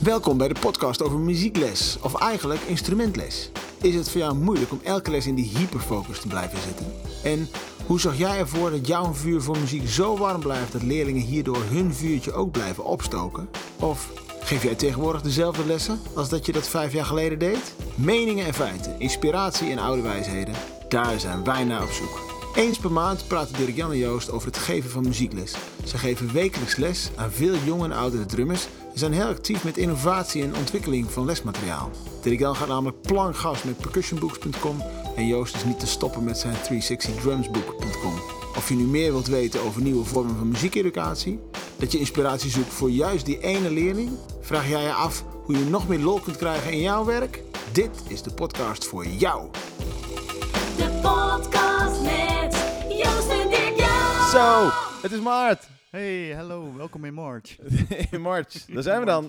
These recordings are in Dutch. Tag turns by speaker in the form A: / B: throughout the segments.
A: Welkom bij de podcast over muziekles, of eigenlijk instrumentles. Is het voor jou moeilijk om elke les in die hyperfocus te blijven zitten? En hoe zorg jij ervoor dat jouw vuur voor muziek zo warm blijft dat leerlingen hierdoor hun vuurtje ook blijven opstoken? Of geef jij tegenwoordig dezelfde lessen als dat je dat 5 jaar geleden deed? Meningen en feiten, inspiratie en oude wijsheden, daar zijn wij naar op zoek. Eens per maand praten Dirk-Jan en Joost over het geven van muziekles. Ze geven wekelijks les aan veel jonge en oudere drummers en zijn heel actief met innovatie en ontwikkeling van lesmateriaal. Dirk-Jan gaat namelijk plankgas met percussionbooks.com en Joost is niet te stoppen met zijn 360drumsbook.com. Of je nu meer wilt weten over nieuwe vormen van muziekeducatie, dat je inspiratie zoekt voor juist die ene leerling, vraag jij je af hoe je nog meer lol kunt krijgen in jouw werk? Dit is de podcast voor jou.
B: De podcast met Joost en Dirk-Jan.
C: Zo, het is maart.
D: Hey, hallo, welkom in March.
C: In maart, daar zijn we dan.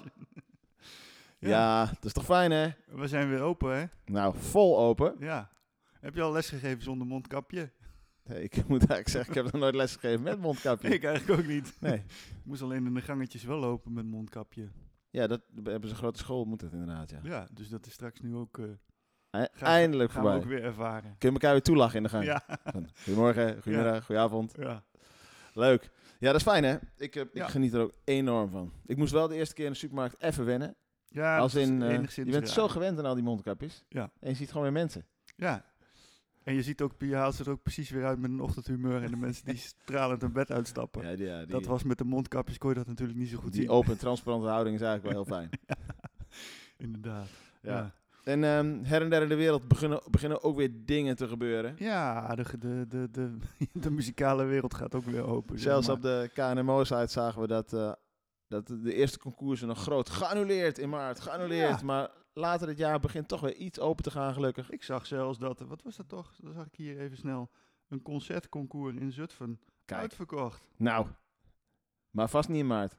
C: Ja, dat is toch fijn hè?
D: We zijn weer open, hè?
C: Nou, vol open.
D: Ja. Heb je al les gegeven zonder mondkapje?
C: Nee, ik moet eigenlijk zeggen, ik heb nog nooit les gegeven met mondkapje.
D: Ik eigenlijk ook niet.
C: Nee.
D: Ik moest alleen in de gangetjes wel lopen met mondkapje.
C: Ja, dat hebben ze een grote school, moet het inderdaad, ja.
D: Ja, dus dat is straks nu ook...
C: Eindelijk
D: gaan
C: voorbij.
D: we ook weer ervaren.
C: Kun je elkaar weer toelachen in de gang.
D: Ja.
C: Van, goedemorgen, goedemiddag, goedenavond.
D: Ja.
C: Leuk. Ja, dat is fijn hè? Ik
D: Ja.
C: geniet er ook enorm van. Ik moest wel de eerste keer in de supermarkt even wennen.
D: Ja,
C: Als
D: dat is
C: in,
D: enigszins
C: je bent
D: raar.
C: zo gewend aan al die mondkapjes.
D: Ja.
C: En je ziet gewoon weer mensen.
D: Ja. En je ziet ook, je haalt ze er ook precies weer uit met een ochtendhumeur en de mensen die stralend hun bed uitstappen.
C: Ja, die,
D: Dat was met de mondkapjes, kon je dat natuurlijk niet zo goed
C: die
D: zien.
C: open, transparante houding is eigenlijk wel heel fijn.
D: Inderdaad.
C: Ja. En her en der in de wereld beginnen ook weer dingen te gebeuren.
D: Ja, de muzikale wereld gaat ook weer open.
C: Zelfs
D: zeg
C: op de KNMO-site zagen we dat de eerste concoursen nog groot geannuleerd in maart. Geannuleerd,
D: Ja.
C: maar later dit jaar begint toch weer iets open te gaan, gelukkig.
D: Ik zag zelfs dat, wat was dat toch? Dat zag ik hier even snel. Een concertconcours in Zutphen.
C: Kijk.
D: Uitverkocht.
C: Nou, maar vast niet in maart.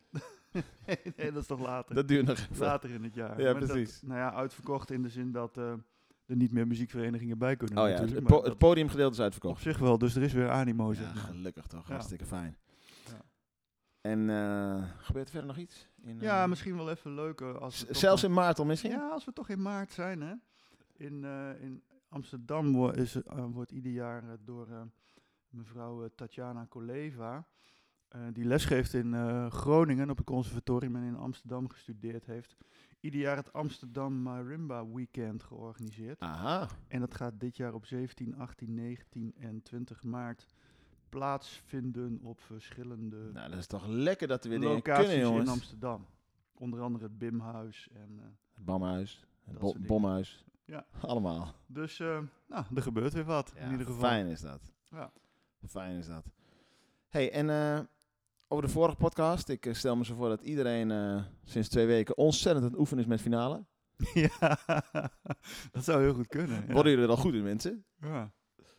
D: nee, dat is toch later.
C: Dat duurt nog even.
D: Later in het jaar.
C: Ja,
D: Maar
C: precies.
D: Dat, nou ja, uitverkocht in de zin dat er niet meer muziekverenigingen bij kunnen.
C: Oh ja,
D: natuurlijk,
C: het
D: maar dat
C: podiumgedeelte is
D: op
C: uitverkocht.
D: zich wel, dus er is weer animo,
C: Ja,
D: zeg maar.
C: gelukkig toch.
D: Ja.
C: Hartstikke fijn.
D: Ja.
C: En gebeurt er verder nog iets?
D: Ja, misschien wel even leuk. Als we toch
C: Zelfs
D: nog-
C: in maart al misschien?
D: Ja, als we toch in maart zijn, hè. In Amsterdam wordt ieder jaar door mevrouw Tatjana Koleva, die lesgeeft in Groningen op het conservatorium en in Amsterdam gestudeerd heeft, ieder jaar het Amsterdam Marimba Weekend georganiseerd.
C: Aha.
D: En dat gaat dit jaar op 17, 18, 19 en 20 maart plaatsvinden op verschillende
C: Nou, dat is toch lekker dat er weer dingen
D: locaties
C: kunnen, jongens.
D: in Amsterdam. Onder andere het Bimhuis en...
C: Het Bamhuis, het
D: Dat soort dingen.
C: Bomhuis.
D: Ja.
C: Allemaal.
D: Dus, nou, er gebeurt weer wat, in ieder geval.
C: Fijn is dat.
D: Ja.
C: Fijn is dat. Hey, en over de vorige podcast. Ik stel me zo voor dat iedereen sinds 2 weken ontzettend aan het oefenen is met finale.
D: Ja, dat zou heel goed kunnen. Ja.
C: Worden jullie er al goed in, mensen?
D: Ja.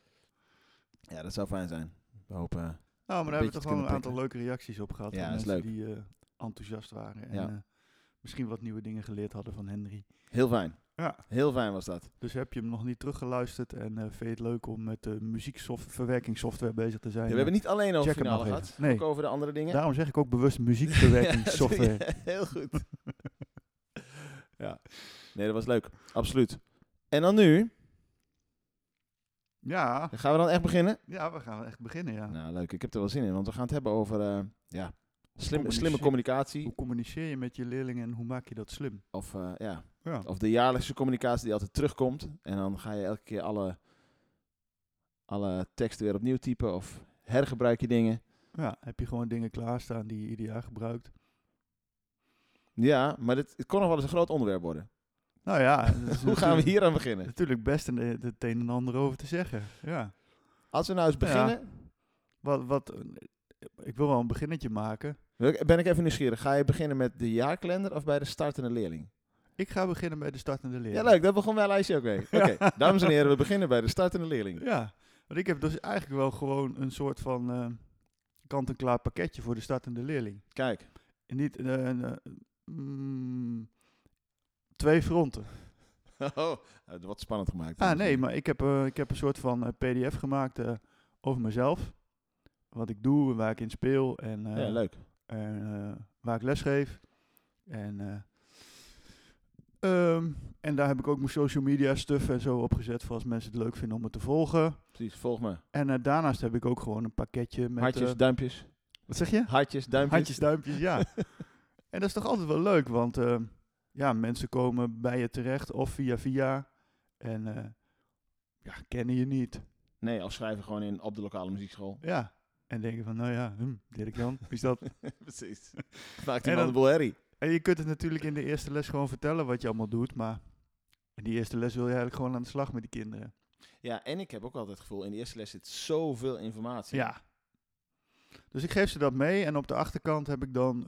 C: Ja, dat zou fijn zijn. We hopen...
D: Nou, maar daar hebben we
C: beetje
D: toch
C: te
D: wel een
C: kunnen
D: aantal leuke reacties op gehad.
C: Ja,
D: van
C: dat is
D: mensen
C: leuk.
D: die enthousiast waren. En
C: Ja.
D: misschien wat nieuwe dingen geleerd hadden van Henry.
C: Heel fijn.
D: Ja.
C: Heel fijn was dat.
D: Dus heb je hem nog niet teruggeluisterd en vind je het leuk om met de muziekverwerkingssoftware bezig te zijn?
C: Ja, we hebben niet alleen over
D: check hem
C: finale
D: nog
C: gehad.
D: even. Nee.
C: Ook over de andere dingen.
D: Daarom zeg ik ook bewust muziekverwerkingssoftware.
C: Ja, heel goed. Ja. Nee, dat was leuk. Absoluut. En dan nu?
D: Ja,
C: Gaan we dan echt beginnen?
D: ja, we gaan echt beginnen, ja.
C: Nou, leuk. Ik heb er wel zin in. Want we gaan het hebben over slimme
D: Communiceer-
C: communicatie.
D: Hoe communiceer je met je leerlingen en hoe maak je dat slim?
C: Of,
D: Ja.
C: of de jaarlijkse communicatie die altijd terugkomt. En dan ga je elke keer alle teksten weer opnieuw typen. Of hergebruik je dingen.
D: Ja, heb je gewoon dingen klaarstaan die je ieder jaar gebruikt?
C: Ja, maar het kon nog wel eens een groot onderwerp worden.
D: Nou ja, dat is
C: Hoe gaan we hier aan beginnen?
D: natuurlijk best het een en ander over te zeggen. Ja.
C: Als we nou eens beginnen...
D: Ik wil wel een beginnetje maken.
C: Ben ik even nieuwsgierig. Ga je beginnen met de jaarkalender of bij de startende leerling?
D: Ik ga beginnen bij de startende leerling.
C: Ja, leuk. Dat begon mijn lijstje ook mee. Oké, dames en heren, we beginnen bij de startende leerling.
D: Ja, want ik heb dus eigenlijk wel gewoon een soort van kant-en-klaar pakketje voor de startende leerling.
C: Kijk.
D: En niet 2 fronten.
C: Oh, het wordt spannend gemaakt.
D: Ah nee, maar ik heb een soort van pdf gemaakt over mezelf. Wat ik doe, waar ik in speel en
C: Ja, leuk.
D: waar ik lesgeef. En En daar heb ik ook mijn social media stuff en zo opgezet voor als mensen het leuk vinden om me te volgen.
C: Precies, volg me.
D: En daarnaast heb ik ook gewoon een pakketje met...
C: Hartjes, duimpjes.
D: wat zeg je?
C: Hartjes, duimpjes.
D: Handjes, duimpjes, ja. En dat is toch altijd wel leuk, want mensen komen bij je terecht of via en kennen je niet.
C: Nee, of schrijven gewoon in op de lokale muziekschool.
D: Ja, en denken van, nou ja, Dirk Jan, wie is dat?
C: Precies. Maakt
D: En
C: iemand
D: dan-
C: een boel herrie.
D: En je kunt het natuurlijk in de eerste les gewoon vertellen wat je allemaal doet, maar in die eerste les wil je eigenlijk gewoon aan de slag met die kinderen.
C: Ja, en ik heb ook altijd het gevoel, in de eerste les zit zoveel informatie.
D: Ja. Dus ik geef ze dat mee en op de achterkant heb ik dan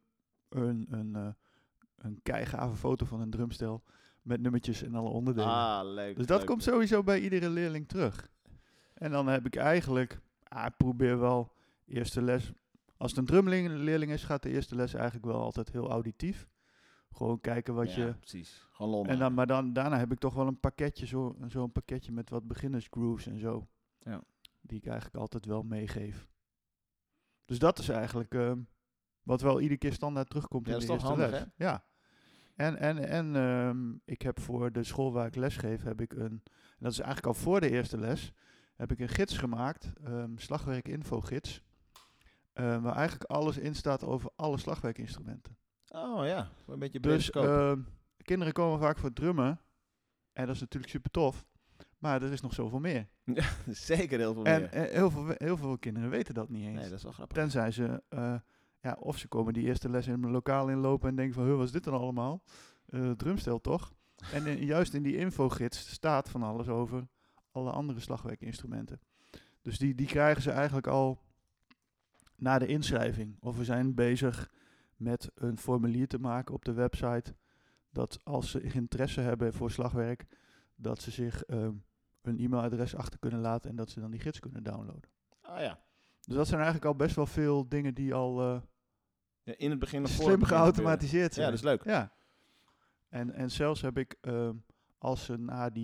D: een keigave foto van een drumstel met nummertjes en alle onderdelen.
C: Ah, leuk.
D: Dus dat
C: leuk.
D: komt sowieso bij iedere leerling terug. En dan heb ik eigenlijk, ik probeer wel eerste les. Als het een drumleerling is, gaat de eerste les eigenlijk wel altijd heel auditief. Gewoon kijken wat
C: Ja,
D: je...
C: precies. Gewoon lol
D: En
C: maken.
D: daarna heb ik toch wel een pakketje, zo'n pakketje met wat beginnersgrooves en zo.
C: Ja.
D: Die ik eigenlijk altijd wel meegeef. Dus dat is eigenlijk wat wel iedere keer standaard terugkomt
C: Ja,
D: in
C: dat
D: de
C: is
D: eerste
C: toch handig,
D: les. Ja. En ik heb voor de school waar ik lesgeef, heb ik en dat is eigenlijk al voor de eerste les, heb ik een gids gemaakt, slagwerkinfogids, waar eigenlijk alles in staat over alle slagwerkinstrumenten.
C: Oh ja, een beetje
D: Dus
C: brede
D: kinderen komen vaak voor drummen, en dat is natuurlijk super tof, maar er is nog zoveel meer.
C: Zeker heel veel
D: En
C: meer.
D: heel veel kinderen weten dat niet eens.
C: Nee, dat is wel grappig.
D: Tenzij ze, of ze komen die eerste les in mijn lokaal inlopen en denken van, wat is dit dan allemaal? Drumstel toch? En juist in die infogids staat van alles over alle andere slagwerkinstrumenten. Dus die krijgen ze eigenlijk al na de inschrijving. Of we zijn bezig met een formulier te maken op de website, dat als ze interesse hebben voor slagwerk, dat ze zich een e-mailadres achter kunnen laten en dat ze dan die gids kunnen downloaden.
C: Ah ja.
D: Dus dat zijn eigenlijk al best wel veel dingen die al
C: Ja, in het begin nog voor
D: slim
C: het begin gebeuren.
D: geautomatiseerd zijn.
C: Ja, dat is leuk.
D: Ja. En zelfs heb ik, als ze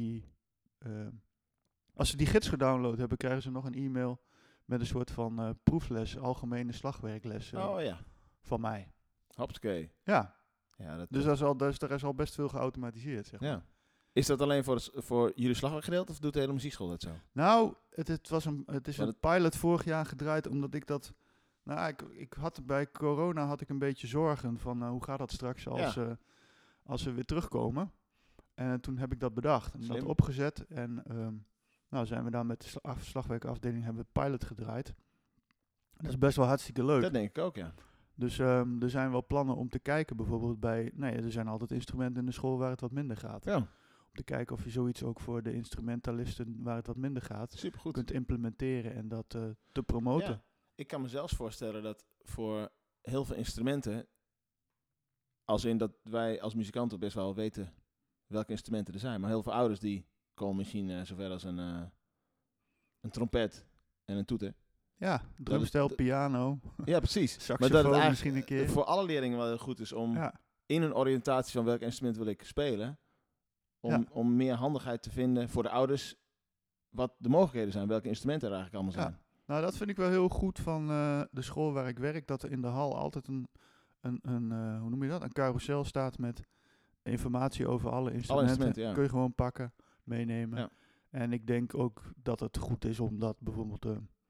D: die gids gedownload hebben, krijgen ze nog een e-mail met een soort van proefles, algemene slagwerkles
C: Oh ja.
D: van mij.
C: Hopskee.
D: Ja,
C: Ja, dat
D: dus er is al best veel geautomatiseerd, zeg maar.
C: ja. Is dat alleen voor jullie slagwerkgedeelte of doet de hele muziekschool dat zo?
D: Nou, het is
C: Maar
D: een pilot vorig jaar gedraaid, omdat ik dat... Nou, ik had bij corona had ik een beetje zorgen van hoe gaat dat straks als we weer terugkomen. En toen heb ik dat bedacht en dat
C: Slim.
D: opgezet. En zijn we daar met de slagwerkafdeling hebben we het pilot gedraaid. Dat is best wel hartstikke leuk.
C: Dat denk ik ook, ja.
D: Dus er zijn wel plannen om te kijken bijvoorbeeld bij... er zijn altijd instrumenten in de school waar het wat minder gaat.
C: Ja,
D: Om te kijken of je zoiets ook voor de instrumentalisten waar het wat minder gaat...
C: supergoed.
D: kunt implementeren en dat te promoten.
C: Ja. Ik kan me zelfs voorstellen dat voor heel veel instrumenten, als in dat wij als muzikanten best wel weten welke instrumenten er zijn, maar heel veel ouders die komen misschien zover als een trompet en een toeter.
D: Ja, drumstel,
C: dat-
D: piano,
C: Ja, precies.
D: saxofoon
C: Maar dat het eigenlijk
D: misschien een keer.
C: voor alle leerlingen wel heel goed is om
D: Ja,
C: in een oriëntatie van welk instrument wil ik spelen,
D: Ja.
C: om meer handigheid te vinden voor de ouders, wat de mogelijkheden zijn, welke instrumenten er eigenlijk allemaal
D: Ja.
C: zijn.
D: nou dat vind ik wel heel goed van de school waar ik werk, dat er in de hal altijd een hoe noem je dat? Een carousel staat met informatie over alle instrumenten.
C: instrumenten, ja.
D: Kun je gewoon pakken, meenemen.
C: Ja.
D: En ik denk ook dat het goed is om dat bijvoorbeeld,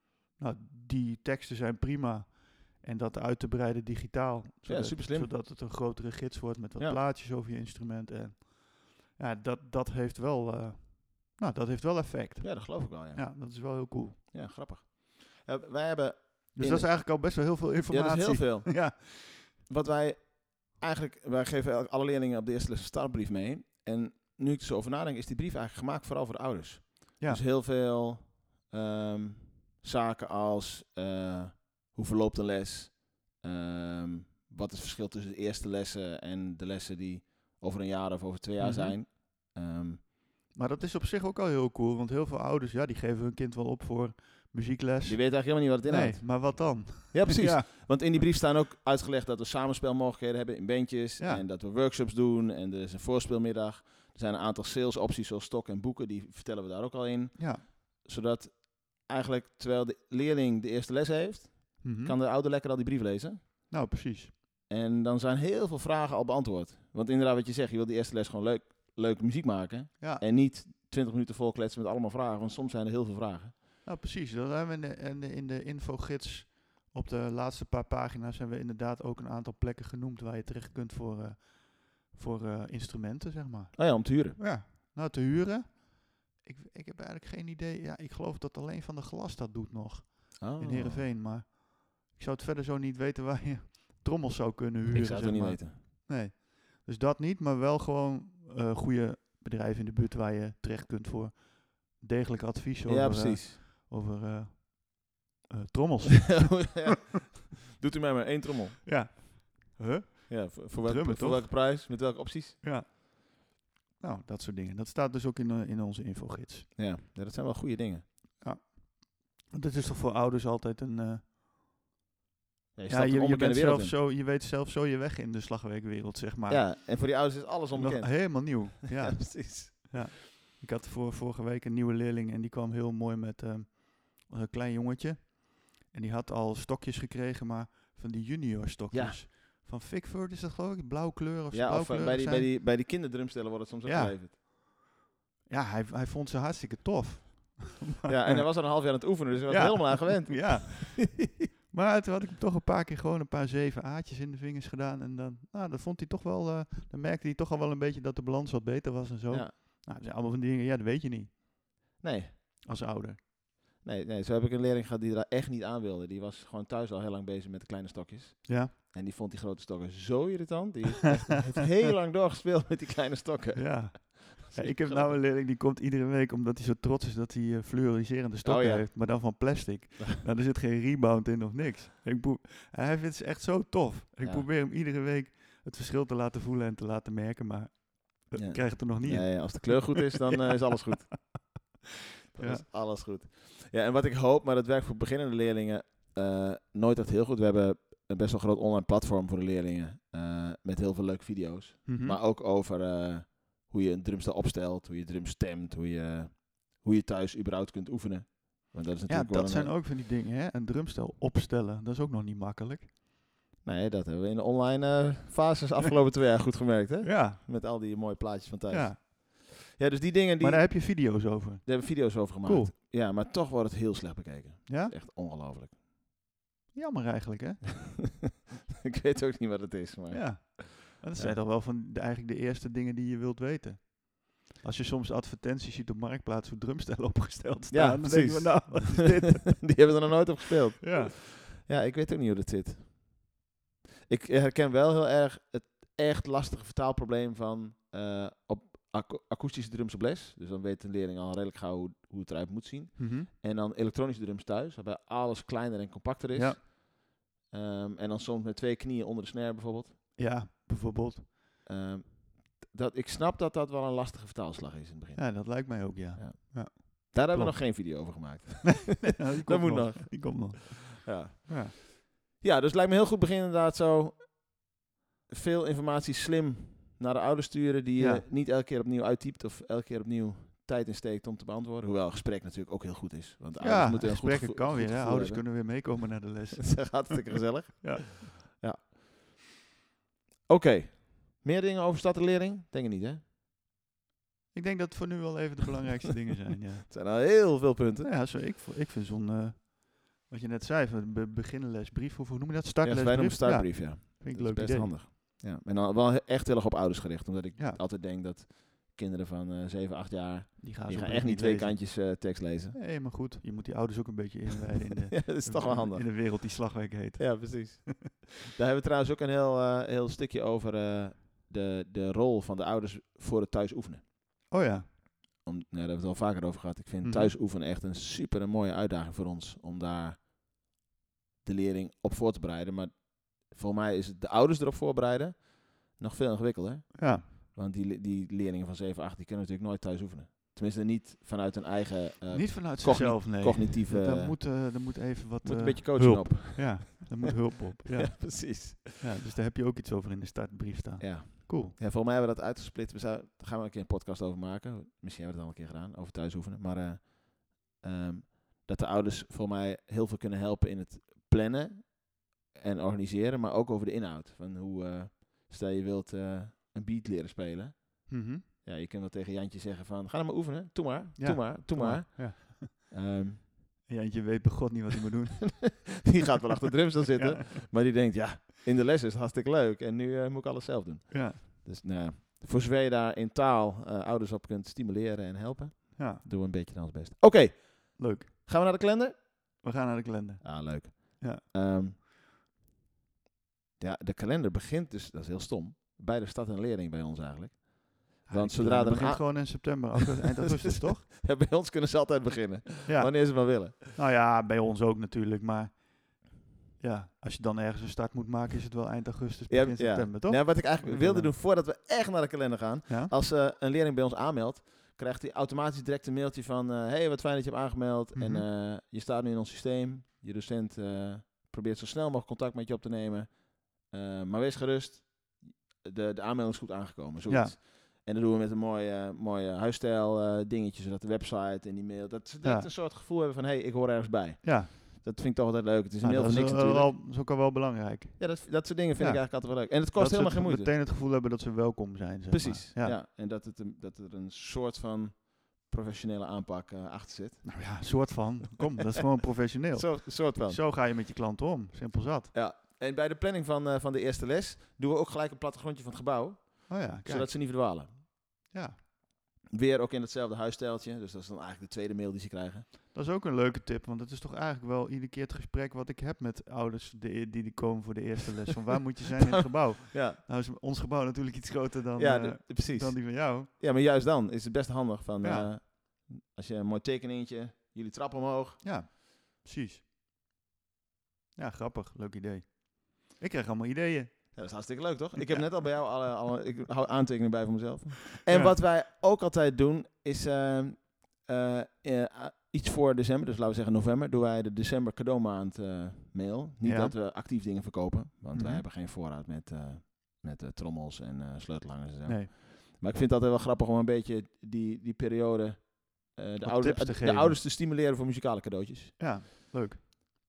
D: die teksten zijn prima. En dat uit te breiden digitaal.
C: super slim.
D: Zodat het een grotere gids wordt met wat
C: Ja.
D: plaatjes over je instrument. En ja, dat heeft wel, dat heeft wel effect.
C: Ja, dat geloof ik wel, ja.
D: Ja, dat is wel heel cool.
C: Ja, grappig. Wij hebben...
D: Dus
C: In
D: dat is eigenlijk al best wel heel veel
C: Ja,
D: informatie.
C: dat is heel veel.
D: Ja,
C: Wat wij geven alle leerlingen op de eerste les een startbrief mee. En nu ik er zo over nadenk, is die brief eigenlijk gemaakt vooral voor de ouders.
D: Ja.
C: Dus heel veel zaken als hoe verloopt een les? Wat is het verschil tussen de eerste lessen en de lessen die over een jaar of over 2 jaar
D: Mhm.
C: zijn?
D: maar dat is op zich ook al heel cool. Want heel veel ouders, die geven hun kind wel op voor muziekles.
C: Die weten eigenlijk helemaal niet wat het inhoudt.
D: Nee, maar wat dan?
C: Ja, precies.
D: Ja,
C: Want in die brief staan ook uitgelegd dat we samenspelmogelijkheden hebben in bandjes.
D: Ja.
C: En dat we workshops doen. En er is een voorspeelmiddag. Er zijn een aantal salesopties zoals stokken en boeken. Die vertellen we daar ook al in.
D: ja.
C: Zodat eigenlijk terwijl de leerling de eerste les heeft,
D: Mhm.
C: kan de ouder lekker al die brief lezen.
D: Nou, precies.
C: En dan zijn heel veel vragen al beantwoord. Want inderdaad wat je zegt, je wil die eerste les gewoon leuk muziek maken.
D: Ja.
C: En niet 20 minuten vol kletsen met allemaal vragen. Want soms zijn er heel veel vragen.
D: Nou, precies. Dat hebben we in de infogids op de laatste paar pagina's hebben we inderdaad ook een aantal plekken genoemd waar je terecht kunt voor instrumenten, zeg maar.
C: Oh ja, om te huren.
D: Ja. Nou, te huren. Ik heb eigenlijk geen idee. Ja, ik geloof dat alleen Van der Glas dat doet nog
C: Oh.
D: in Heerenveen. Maar ik zou het verder zo niet weten waar je trommels zou kunnen huren.
C: Ik zou het
D: zeg
C: niet
D: maar.
C: weten.
D: Nee. Dus dat niet, maar wel gewoon goede bedrijven in de buurt waar je terecht kunt voor degelijk advies over,
C: Ja, precies.
D: over trommels.
C: Ja. Doet u mij maar 1 trommel.
D: Ja. Huh?
C: Ja, voor
D: Drummen,
C: voor
D: toch?
C: welke prijs? Met welke opties?
D: Ja. Nou, dat soort dingen. Dat staat dus ook in onze infogids.
C: Ja, dat zijn wel goede dingen.
D: Want het is toch voor ouders altijd een...
C: Ja, je
D: ja,
C: stapt een
D: je
C: onbekende
D: bent
C: wereld
D: zelf zo, je weet zelf zo je weg in de slagwerkwereld, zeg maar.
C: Ja, en voor die ouders is alles
D: Nog
C: onbekend.
D: helemaal nieuw.
C: Ja,
D: Ja.
C: precies.
D: Ik had vorige week een nieuwe leerling en die kwam heel mooi met een klein jongetje. En die had al stokjes gekregen, maar van die junior stokjes. Van Vickford is dat geloof ik, blauw kleur of
C: Ja,
D: blauw
C: of
D: kleur
C: bij die kinderdrumstellen wordt het soms ook
D: Ja.
C: geleverd.
D: Ja, hij vond ze hartstikke tof.
C: Ja, en hij was al een half jaar aan het oefenen, dus hij was
D: Ja.
C: er helemaal aan gewend.
D: Ja. Maar toen had ik hem toch een paar keer gewoon een paar 7 A'tjes in de vingers gedaan. En dan, dat vond hij toch wel, dan merkte hij toch al wel een beetje dat de balans wat beter was en zo.
C: Ja.
D: Nou, dat zijn allemaal van die dingen, ja, dat weet je niet
C: Nee,
D: als ouder.
C: nee, zo heb ik een leerling gehad die er echt niet aan wilde. Die was gewoon thuis al heel lang bezig met de kleine stokjes.
D: Ja,
C: En die vond die grote stokken zo irritant. Die heeft heel lang doorgespeeld met die kleine stokken.
D: ja. Ja, ik heb nou een leerling die komt iedere week omdat hij zo trots is dat hij fluoriserende stokken
C: Oh, ja.
D: heeft, maar dan van plastic. Nou, er zit geen rebound in of niks. Hij vindt ze echt zo tof. Ik
C: Ja.
D: probeer hem iedere week het verschil te laten voelen en te laten merken, maar ik
C: Ja.
D: krijg het er nog niet in.
C: Nee, als de kleur goed is, dan is alles goed. Dan
D: Ja.
C: is alles goed. Ja, en wat ik hoop, maar dat werkt voor beginnende leerlingen nooit echt heel goed. We hebben een best wel groot online platform voor de leerlingen. Met heel veel leuke video's.
D: Mhm.
C: Maar ook over hoe je een drumstel opstelt, hoe je drum stemt, hoe je thuis überhaupt kunt oefenen. Want dat is
D: Ja,
C: natuurlijk
D: dat
C: wel
D: zijn ook van die dingen, hè. Een drumstel opstellen, dat is ook nog niet makkelijk.
C: Nee, dat hebben we in de online fases afgelopen 2 jaar goed gemerkt, hè?
D: Ja,
C: Met al die mooie plaatjes van thuis.
D: ja.
C: Ja, dus die dingen,
D: Maar daar heb je video's over.
C: daar hebben we video's over gemaakt.
D: Cool.
C: Ja, maar toch wordt het heel slecht bekeken.
D: Ja?
C: Echt ongelooflijk.
D: Jammer eigenlijk, hè.
C: Ik weet ook niet wat het is, maar...
D: Ja. Maar dat
C: Ja.
D: zijn toch wel eigenlijk de eerste dingen die je wilt weten. Als je soms advertenties ziet op Marktplaats hoe drumstellen opgesteld staan,
C: Ja,
D: dan denk je van,
C: precies.
D: nou, wat is dit?
C: Die hebben er nog nooit op gespeeld.
D: Ja.
C: Ja, ik weet ook niet hoe dat zit. Ik herken wel heel erg het echt lastige vertaalprobleem van op akoestische drums op les. Dus dan weet een leerling al redelijk gauw hoe het eruit moet zien.
D: Mhm.
C: En dan elektronische drums thuis, waarbij alles kleiner en compacter is.
D: Ja.
C: En dan soms met 2 knieën onder de snare bijvoorbeeld.
D: Ja, bijvoorbeeld.
C: Ik snap dat dat wel een lastige vertaalslag is in het begin.
D: Ja, dat lijkt mij ook, ja.
C: Ja. Daar hebben we
D: Klopt.
C: nog geen video over gemaakt.
D: Ja, die
C: Dat
D: komt
C: moet nog.
D: Die komt nog.
C: Ja.
D: Ja.
C: Ja, dus het lijkt me heel goed begin inderdaad zo veel informatie slim naar de ouders sturen die je
D: Ja.
C: niet elke keer opnieuw uittypt of elke keer opnieuw tijd insteekt om te beantwoorden. Hoewel een gesprek natuurlijk ook heel goed is. Want de ouders
D: Ja,
C: moeten een goed
D: gesprekken
C: gevoel-
D: kan weer,
C: goed
D: hè.
C: gevoel
D: Ouders
C: hebben.
D: kunnen weer meekomen naar de les.
C: Het is hartstikke gezellig.
D: Ja.
C: Oké. Meer dingen over stad en leerling? Denk ik niet, hè?
D: Ik denk dat het voor nu wel even de belangrijkste dingen zijn, ja.
C: Het zijn al heel veel punten.
D: Nou ja, ik vind zo'n, wat je net zei, van beginnenlesbrief, hoe noem je dat?
C: Ja,
D: Startlesbrief?
C: wij noemen startbrief, ja.
D: Ja, vind ik
C: Dat
D: leuk
C: is best
D: idee.
C: handig. Ja. En dan wel echt heel erg op ouders gericht. Omdat ik
D: Ja.
C: altijd denk dat kinderen van 7, 8 jaar...
D: Die gaan,
C: die
D: zo
C: gaan
D: breed
C: echt niet 2
D: lezen.
C: kantjes tekst lezen.
D: Nee, maar goed. Je moet die ouders ook een beetje inwijden in de,
C: Ja, dat is toch wel handig.
D: in de wereld die slagwerk heet.
C: Ja, precies. Daar hebben we trouwens ook een heel stukje over de rol van de ouders voor het thuis oefenen.
D: Oh ja.
C: Daar hebben we het al vaker over gehad. Ik vind
D: Mhm.
C: thuis oefenen echt een super mooie uitdaging voor ons. Om daar de leerling op voor te bereiden. Maar voor mij is het de ouders erop voorbereiden nog veel ingewikkelder.
D: Ja.
C: Want die leerlingen van 7, 8, die kunnen natuurlijk nooit thuis oefenen. Tenminste niet vanuit hun eigen
D: Niet vanuit
C: cogni-
D: zichzelf, nee.
C: cognitieve...
D: Daar moet even wat
C: moet een beetje coaching
D: hulp.
C: op.
D: Ja, daar moet hulp op. Ja.
C: Ja, precies.
D: Ja, dus daar heb je ook iets over in de startbrief staan.
C: Ja.
D: Cool.
C: Ja, volgens mij hebben we dat uitgesplit. Daar gaan we een keer een podcast over maken. Misschien hebben we het al een keer gedaan, over thuis oefenen. Maar dat de ouders volgens mij heel veel kunnen helpen in het plannen en organiseren. Maar ook over de inhoud. Van hoe, stel je wilt een beat leren spelen.
D: Mhm.
C: Ja, je kunt wel tegen Jantje zeggen van, ga nou maar oefenen. Doe maar,
D: Ja.
C: doe maar.
D: Ja.
C: Ehm,
D: Jantje weet bij God niet wat hij moet doen.
C: die gaat wel achter de drums dan zitten.
D: Ja.
C: Maar die denkt, ja, in de les is het hartstikke leuk. En nu moet ik alles zelf doen.
D: Ja.
C: Dus nou, voor zover je daar in taal ouders op kunt stimuleren en helpen,
D: Ja,
C: doen we een beetje naar ons best. Oké,
D: leuk.
C: gaan we naar de kalender?
D: We gaan naar de kalender.
C: Ah, leuk.
D: Ja.
C: Ja, de kalender begint dus, dat is heel stom, bij de start en leerling bij ons eigenlijk. Want
D: Ja,
C: zodra
D: het
C: er
D: begint
C: een
D: gewoon in september, eind augustus, toch?
C: Ja, bij ons kunnen ze altijd beginnen,
D: Ja.
C: wanneer ze maar willen.
D: Nou ja, bij ons ook natuurlijk, maar ja, als je dan ergens een start moet maken, is het wel eind augustus, begin september, toch?
C: Ja, wat ik eigenlijk
D: De
C: wilde
D: kalender.
C: doen voordat we echt naar de kalender gaan,
D: Ja?
C: als een leerling bij ons aanmeldt, krijgt hij automatisch direct een mailtje van, hey, wat fijn dat je hebt aangemeld en
D: Mhm.
C: je staat nu in ons systeem. Je docent probeert zo snel mogelijk contact met je op te nemen, maar wees gerust, de aanmelding is goed aangekomen, zoiets. En dat doen we met een mooie huisstijl dingetje, zodat de website en die mail, dat ze direct
D: Ja.
C: een soort gevoel hebben van, hey, ik hoor ergens bij.
D: Ja,
C: Dat vind ik toch altijd leuk. Het is een
D: nou,
C: mail
D: dat
C: van
D: is,
C: niks natuurlijk.
D: dat is ook al wel belangrijk.
C: Ja, dat soort dingen vind
D: Ja.
C: ik eigenlijk altijd wel leuk. En het kost
D: Dat ze
C: helemaal geen moeite.
D: meteen het gevoel hebben dat ze welkom zijn, zeg
C: Precies,
D: maar.
C: ja. En dat er een soort van professionele aanpak achter zit.
D: Nou ja, soort van. Kom, dat is gewoon professioneel.
C: Een soort van.
D: Zo ga je met je klanten om. Simpel zat.
C: Ja. En bij de planning van de eerste les doen we ook gelijk een plattegrondje van het gebouw,
D: Oh ja, kijk.
C: zodat ze niet verdwalen.
D: Ja,
C: Weer ook in hetzelfde huisstijltje, dus dat is dan eigenlijk de tweede mail die ze krijgen.
D: dat is ook een leuke tip, want het is toch eigenlijk wel iedere keer het gesprek wat ik heb met ouders die komen voor de eerste les. Van waar moet je zijn in het gebouw?
C: Ja,
D: Nou is ons gebouw natuurlijk iets groter dan,
C: precies.
D: dan die van jou.
C: Ja, maar juist dan is het best handig van,
D: Ja.
C: als je een mooi tekeningetje, jullie trap omhoog.
D: Ja, precies. Ja, grappig. Leuk idee. Ik krijg allemaal ideeën.
C: Ja, dat is hartstikke leuk, toch? Ik heb
D: Ja.
C: net al bij jou ik hou aantekeningen bij voor mezelf. En
D: Ja.
C: wat wij ook altijd doen, is iets voor december, dus laten we zeggen november, doen wij de december cadeaumaand mail. Niet
D: Ja.
C: dat we actief dingen verkopen, want wij
D: Mhm.
C: hebben geen voorraad met trommels en sleutelhangers en zo.
D: Nee.
C: Maar ik vind het altijd wel grappig om een beetje die periode
D: Wat tips te
C: de
D: geven.
C: ouders te stimuleren voor muzikale cadeautjes.
D: Ja, leuk.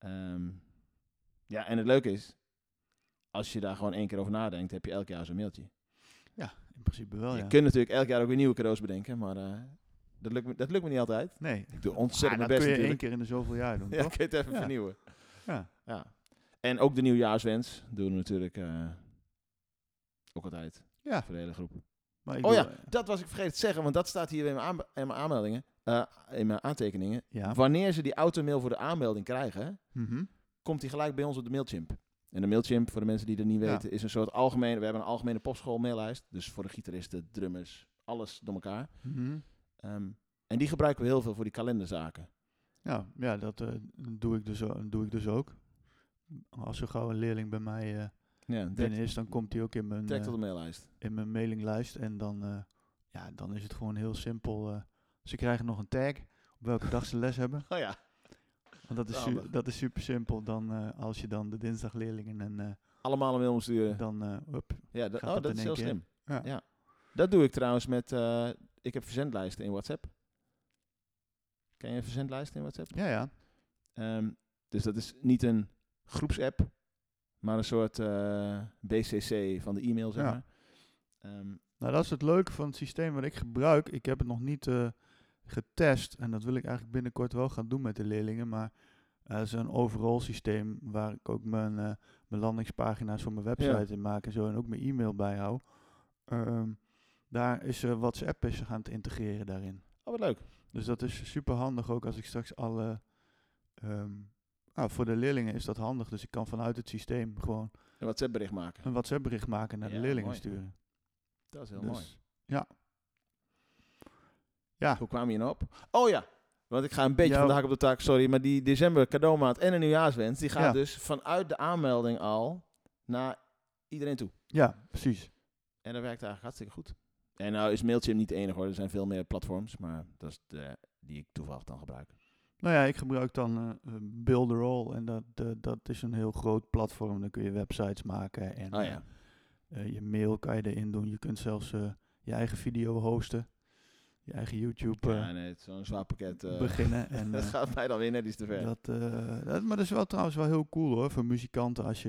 C: Ja, en het leuke is, als je daar gewoon 1 keer over nadenkt, heb je elk jaar zo'n mailtje.
D: In principe wel,
C: Je
D: ja.
C: kunt natuurlijk elk jaar ook weer nieuwe cadeaus bedenken, maar dat lukt me niet altijd.
D: Nee.
C: Ik doe ontzettend
D: dat
C: mijn best
D: kun je 1
C: natuurlijk.
D: keer in de zoveel jaar doen,
C: Ja,
D: toch?
C: kun je het even
D: Ja.
C: vernieuwen.
D: Ja.
C: Ja. En ook de nieuwjaarswens doen we natuurlijk ook altijd
D: Ja.
C: voor de hele groep.
D: Maar ik
C: Oh ja,
D: wil-
C: dat was ik vergeten te zeggen, want dat staat hier in mijn aanmeldingen, in mijn aantekeningen.
D: Ja.
C: Wanneer ze die automail voor de aanmelding krijgen,
D: Mhm.
C: komt die gelijk bij ons op de Mailchimp. En de Mailchimp, voor de mensen die dat niet
D: Ja.
C: weten, is een soort algemene, we hebben een algemene popschool maillijst. Dus voor de gitaristen, drummers, alles door elkaar.
D: Mhm.
C: En die gebruiken we heel veel voor die kalenderzaken.
D: Ja, dat doe ik dus ook. Als er gauw een leerling bij mij
C: Ja,
D: binnen is, dan komt die ook in
C: direct op de maillijst.
D: mijn mailinglijst. En dan is het gewoon heel simpel. Ze krijgen nog een tag op welke dag ze les hebben.
C: Oh ja.
D: Want dat is,
C: Handig.
D: dat is super simpel. Dan, als je dan de dinsdagleerlingen en
C: Allemaal een mail moet sturen.
D: dan hup.
C: Ja,
D: gaat
C: dat
D: dat
C: is
D: in
C: heel
D: één keer.
C: slim.
D: Ja.
C: Dat doe ik trouwens met, ik heb verzendlijsten in WhatsApp. Ken je een verzendlijst in WhatsApp?
D: Ja.
C: Dus dat is niet een groepsapp, maar een soort BCC van de e-mail, zeg
D: Ja.
C: maar.
D: Nou, dat is het leuke van het systeem wat ik gebruik. Ik heb het nog niet getest en dat wil ik eigenlijk binnenkort wel gaan doen met de leerlingen. Maar het is een overall systeem waar ik ook mijn landingspagina's voor mijn website in maak en zo. En ook mijn e-mail bijhoud. Daar is WhatsApp is gaan te integreren daarin.
C: Oh, wat leuk.
D: Dus dat is super handig ook als ik straks alle... voor de leerlingen is dat handig. Dus ik kan vanuit het systeem gewoon
C: Een WhatsApp bericht maken.
D: een WhatsApp bericht maken naar de
C: Ja,
D: leerlingen
C: mooi.
D: sturen.
C: Dat is heel
D: Dus,
C: mooi.
D: Ja.
C: Hoe kwam je nou op? Oh ja, want ik ga een beetje
D: Jouw-
C: van de hak op de tak, sorry. Maar die december cadeaumaand en een nieuwjaarswens, die gaat
D: Ja.
C: dus vanuit de aanmelding al naar iedereen toe.
D: Ja, precies.
C: En dat werkt eigenlijk hartstikke goed. En nou is Mailchimp niet de enige hoor, er zijn veel meer platforms, maar dat is die ik toevallig dan gebruik.
D: Nou ja, ik gebruik dan Builderall en dat is een heel groot platform. Dan kun je websites maken en
C: Oh ja.
D: je mail kan je erin doen. Je kunt zelfs je eigen video hosten, je eigen YouTube
C: Ja, nee, het is zo'n zwaar pakket.
D: beginnen. En,
C: dat gaat mij dan weer net iets te ver.
D: maar dat is wel trouwens wel heel cool hoor, voor muzikanten als je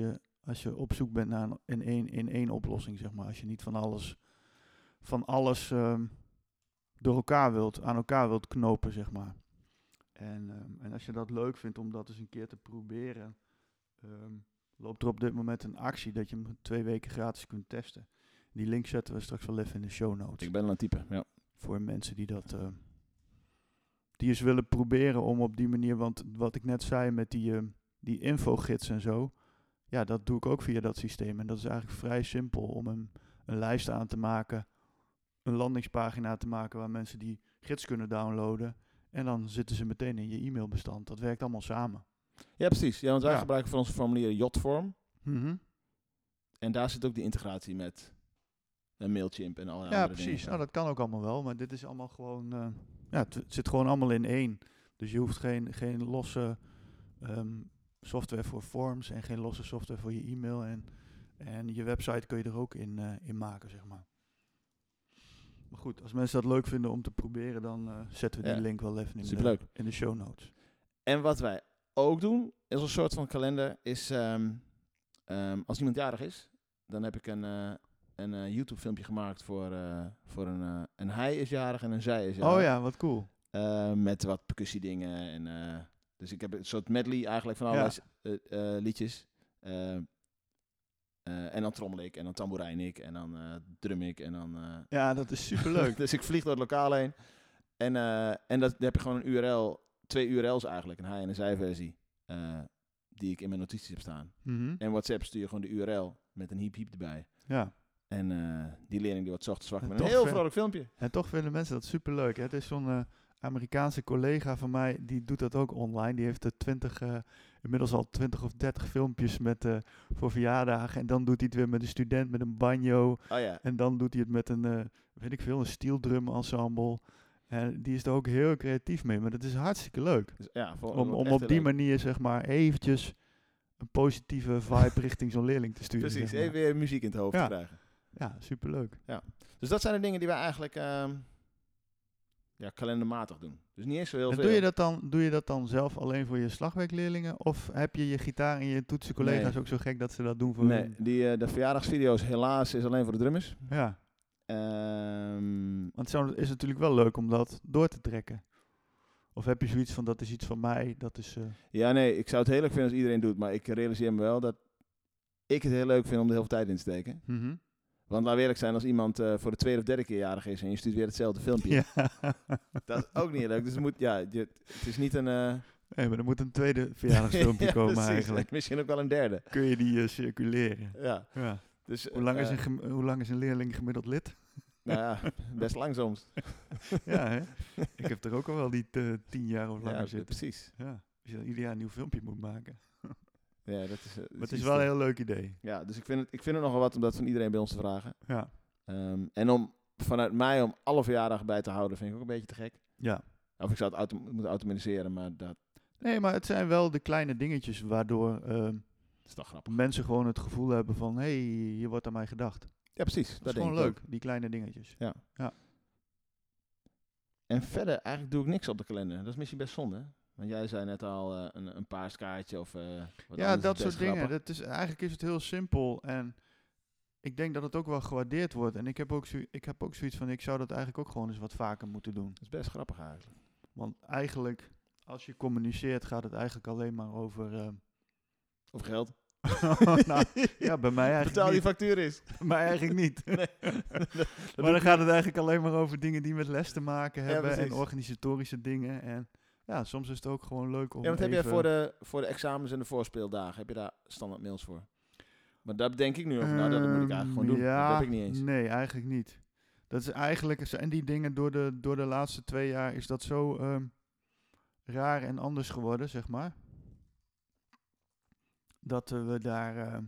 D: als je op zoek bent naar in één oplossing, zeg maar. Als je niet van alles door elkaar aan elkaar wilt knopen, zeg maar. En als je dat leuk vindt om dat eens een keer te proberen, loopt er op dit moment een actie dat je hem 2 weken gratis kunt testen. Die link zetten we straks wel even in de show notes.
C: Ik ben al aan het typen, ja.
D: Voor mensen die dat die eens willen proberen om op die manier, want wat ik net zei met die infogids en zo, ja, dat doe ik ook via dat systeem. En dat is eigenlijk vrij simpel om een lijst aan te maken, een landingspagina te maken waar mensen die gids kunnen downloaden. En dan zitten ze meteen in je e-mailbestand. Dat werkt allemaal samen.
C: Ja, precies. Ja, want wij
D: Ja.
C: gebruiken voor onze formulieren Jotform.
D: Mhm.
C: En daar zit ook die integratie met een Mailchimp en allerlei
D: Ja,
C: andere
D: precies.
C: dingen.
D: Nou, dat kan ook allemaal wel. Maar dit is allemaal gewoon, het zit gewoon allemaal in één. Dus je hoeft geen losse software voor forms en geen losse software voor je e-mail. En je website kun je er ook in maken, zeg maar. Maar goed, als mensen dat leuk vinden om te proberen, dan zetten we die
C: Ja.
D: link wel even
C: Superleuk.
D: in de show notes.
C: En wat wij ook doen, is een soort van kalender, is als iemand jarig is, dan heb ik een YouTube filmpje gemaakt voor een hij is jarig en een zij is jarig.
D: Oh ja, wat cool.
C: Met wat percussiedingen. Dus ik heb een soort medley eigenlijk van allerlei liedjes. En dan trommel ik, en dan tamboerijn ik, en dan drum ik, en dan...
D: Ja, dat is superleuk.
C: Dus ik vlieg door het lokaal heen. En daar heb je gewoon een URL, 2 URL's eigenlijk, een hij- en een zij-versie, die ik in mijn notities heb staan.
D: Mhm.
C: En WhatsApp stuur je gewoon de URL met een hiep erbij.
D: Ja.
C: En die leerling die wordt 's ochtends wakker
D: En
C: met een
D: toch
C: heel
D: ver-
C: vrolijk filmpje.
D: En toch vinden mensen dat superleuk. Hè? Het is zo'n Amerikaanse collega van mij, die doet dat ook online. Die heeft inmiddels al 20 of 30 filmpjes voor verjaardagen. En dan doet hij het weer met een student met een banjo.
C: Oh ja.
D: En dan doet hij het met een steel drum ensemble. En die is er ook heel creatief mee. Maar dat is hartstikke leuk.
C: Dus, ja
D: Om op die manier, zeg maar, eventjes een positieve vibe richting zo'n leerling te sturen.
C: Precies,
D: zeg maar.
C: even weer muziek in het hoofd
D: Ja.
C: te krijgen.
D: Ja, superleuk.
C: Dus dat zijn de dingen die wij eigenlijk kalendermatig doen. Dus niet eens zo heel
D: En
C: veel.
D: doe je dat dan zelf alleen voor je slagwerkleerlingen? Of heb je je gitaar en je toetsencollega's
C: Nee.
D: ook zo gek dat ze dat doen voor
C: Nee,
D: hun?
C: de verjaardagsvideo's helaas is alleen voor de drummers.
D: Ja,
C: Ehm,
D: want het is natuurlijk wel leuk om dat door te trekken. Of heb je zoiets van, dat is iets van mij, dat is...
C: ja, nee, ik zou het heel leuk vinden als iedereen doet. Maar ik realiseer me wel dat ik het heel leuk vind om er heel veel tijd in te steken.
D: mhm.
C: Want laat eerlijk zijn, als iemand voor de 2e of 3e keer jarig is en je stuurt weer hetzelfde filmpje.
D: Ja.
C: Dat is ook niet heel leuk. Dus het is niet een...
D: Nee, maar er moet een tweede verjaardagsfilmpje
C: ja,
D: komen
C: precies.
D: eigenlijk.
C: Misschien ook wel een derde.
D: Kun je die circuleren.
C: Ja.
D: Ja.
C: Dus,
D: Hoe lang is een leerling gemiddeld lid?
C: nou ja, best lang soms.
D: Ja, hè? Ik heb er ook al wel die 10 jaar of langer
C: Ja,
D: zitten.
C: precies.
D: Ja, als je dan ieder jaar een nieuw filmpje moet maken.
C: Ja, dat is,
D: Maar het is
C: iets
D: wel een
C: te-
D: heel leuk idee.
C: Ja, dus ik vind het nogal wat om dat van iedereen bij ons te vragen.
D: Ja.
C: En om vanuit mij om alle verjaardagen bij te houden, vind ik ook een beetje te gek.
D: Ja.
C: Of ik zou het moeten automatiseren, maar dat
D: Nee, maar het zijn wel de kleine dingetjes waardoor
C: is toch grappig.
D: mensen gewoon het gevoel hebben van... Hé, hier wordt aan mij gedacht.
C: Ja, precies.
D: Dat
C: Dat
D: is
C: denk
D: gewoon
C: ik
D: leuk,
C: ook.
D: die kleine dingetjes.
C: En verder, eigenlijk doe ik niks op de kalender. Dat is misschien best zonde. Want jij zei net al een paaskaartje of wat
D: Ja,
C: anders
D: dat
C: is
D: soort
C: best
D: dingen.
C: grappig.
D: Eigenlijk is het heel simpel. En ik denk dat het ook wel gewaardeerd wordt. En ik heb ook zoiets van... Ik zou dat eigenlijk ook gewoon eens wat vaker moeten doen.
C: Dat is best grappig eigenlijk.
D: Want eigenlijk, als je communiceert, gaat het eigenlijk alleen maar over...
C: Of geld.
D: nou, ja, bij mij eigenlijk
C: Betaal die
D: niet.
C: factuur is.
D: Bij mij eigenlijk niet.
C: Nee.
D: Maar dan gaat het eigenlijk alleen maar over dingen die met les te maken
C: Ja,
D: hebben. En
C: precies.
D: organisatorische dingen. En ja, soms is het ook gewoon leuk om
C: Ja, wat heb jij
D: even...
C: voor de examens en de voorspeeldagen? Heb je daar standaard mails voor? Maar daar denk ik nu over. Nou, dat moet ik eigenlijk gewoon doen.
D: Ja,
C: Dat heb ik niet eens.
D: Nee, eigenlijk niet. Dat is eigenlijk, zijn die dingen door de laatste 2 jaar is dat zo raar en anders geworden, zeg maar. Dat we daar...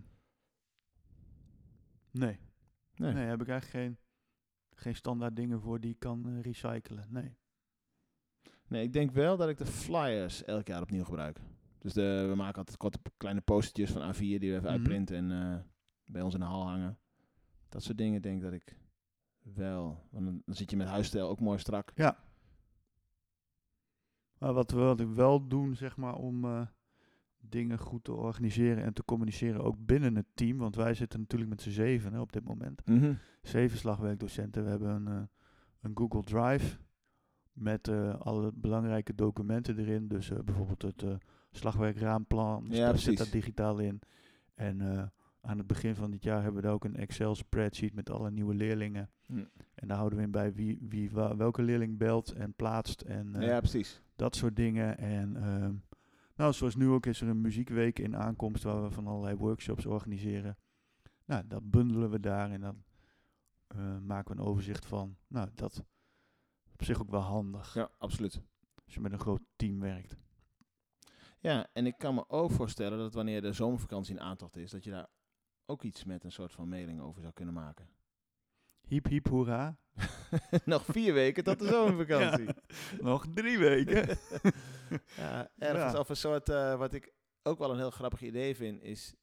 D: Nee, heb ik eigenlijk geen standaard dingen voor die ik kan recyclen. Nee.
C: Nee, ik denk wel dat ik de flyers elk jaar opnieuw gebruik. Dus we maken altijd korte kleine postertjes van A4 die we even
D: Mhm.
C: uitprinten en bij ons in de hal hangen. Dat soort dingen denk ik dat ik wel. Want dan zit je met huisstijl ook mooi strak.
D: Ja. Maar wat we wel doen, zeg maar, om dingen goed te organiseren en te communiceren, ook binnen het team. Want wij zitten natuurlijk met z'n 7 op dit moment. 7 slagwerkdocenten. We hebben een Google Drive met alle belangrijke documenten erin. Dus bijvoorbeeld het slagwerkraamplan
C: Ja,
D: zit
C: precies.
D: daar digitaal in. En aan het begin van dit jaar hebben we daar ook een Excel spreadsheet met alle nieuwe leerlingen. En daar houden we in bij welke leerling belt en plaatst en
C: Ja, precies.
D: dat soort dingen. En nou, zoals nu ook is er een muziekweek in aankomst waar we van allerlei workshops organiseren. Nou, dat bundelen we daar en dan maken we een overzicht van. Nou, dat op zich ook wel handig
C: Ja, absoluut.
D: als je met een groot team werkt.
C: Ja, en ik kan me ook voorstellen dat wanneer de zomervakantie in aantocht is, dat je daar ook iets met een soort van mailing over zou kunnen maken.
D: Hiep, hiep, hoera.
C: Nog 4 weken tot de zomervakantie.
D: Nog 3 weken.
C: Ja, ergens
D: Ja.
C: of een soort, wat ik ook wel een heel grappig idee vind, is,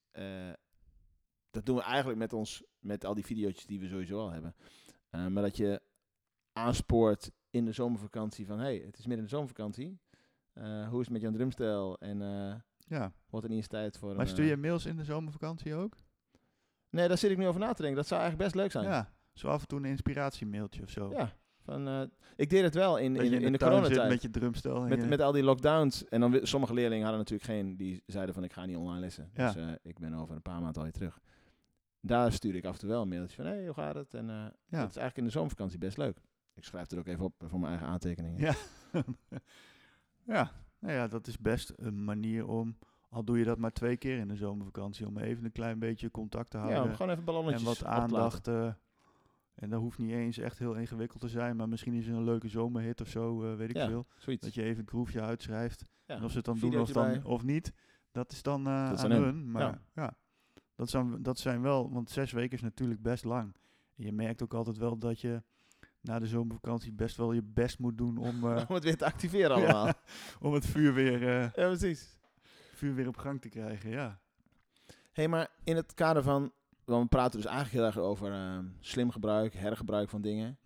C: dat doen we eigenlijk met al die video's die we sowieso al hebben. Maar dat je aanspoort in de zomervakantie van, hey, het is midden in de zomervakantie. Hoe is het met jouw drumstijl? En
D: Ja.
C: wordt het niet eens tijd voor
D: Maar stuur je mails in de zomervakantie ook?
C: Nee, daar zit ik nu over na te denken. Dat zou eigenlijk best leuk zijn.
D: Ja. Zo af en toe een inspiratiemailtje of zo.
C: Ja, ik deed het wel in
D: Dat je
C: de
D: tuin zit
C: coronatijd.
D: met je drumstel. En
C: Met al die lockdowns. En dan sommige leerlingen hadden natuurlijk geen, die zeiden van ik ga niet online lessen.
D: Ja.
C: Dus ik ben over een paar maanden alweer terug. Daar stuur ik af en toe wel een mailtje van hey, hoe gaat het? En dat is eigenlijk in de zomervakantie best leuk. Ik schrijf het ook even op voor mijn eigen aantekeningen.
D: Ja. Ja. Nou ja, dat is best een manier om, al doe je dat maar 2 keer in de zomervakantie, om even een klein beetje contact te
C: Ja,
D: houden.
C: om gewoon even ballonnetjes
D: En wat
C: op te laten.
D: aandacht. En dat hoeft niet eens echt heel ingewikkeld te zijn, maar misschien is er een leuke zomerhit of zo, weet ik
C: Ja,
D: veel.
C: zoiets.
D: Dat je even een groefje uitschrijft.
C: Ja,
D: En of ze het dan doen
C: videootje bij.
D: of niet, dat is dan
C: Dat is
D: aan
C: aan hun.
D: hun. Maar ja, dat zijn wel, want 6 weken is natuurlijk best lang. En je merkt ook altijd wel dat je na de zomervakantie best wel je best moet doen om,
C: Om het weer te activeren allemaal.
D: ja, om het vuur
C: Ja, precies.
D: weer op gang te krijgen, ja.
C: Hey, maar in het kader van, want we praten dus eigenlijk heel erg over slim gebruik, hergebruik van dingen.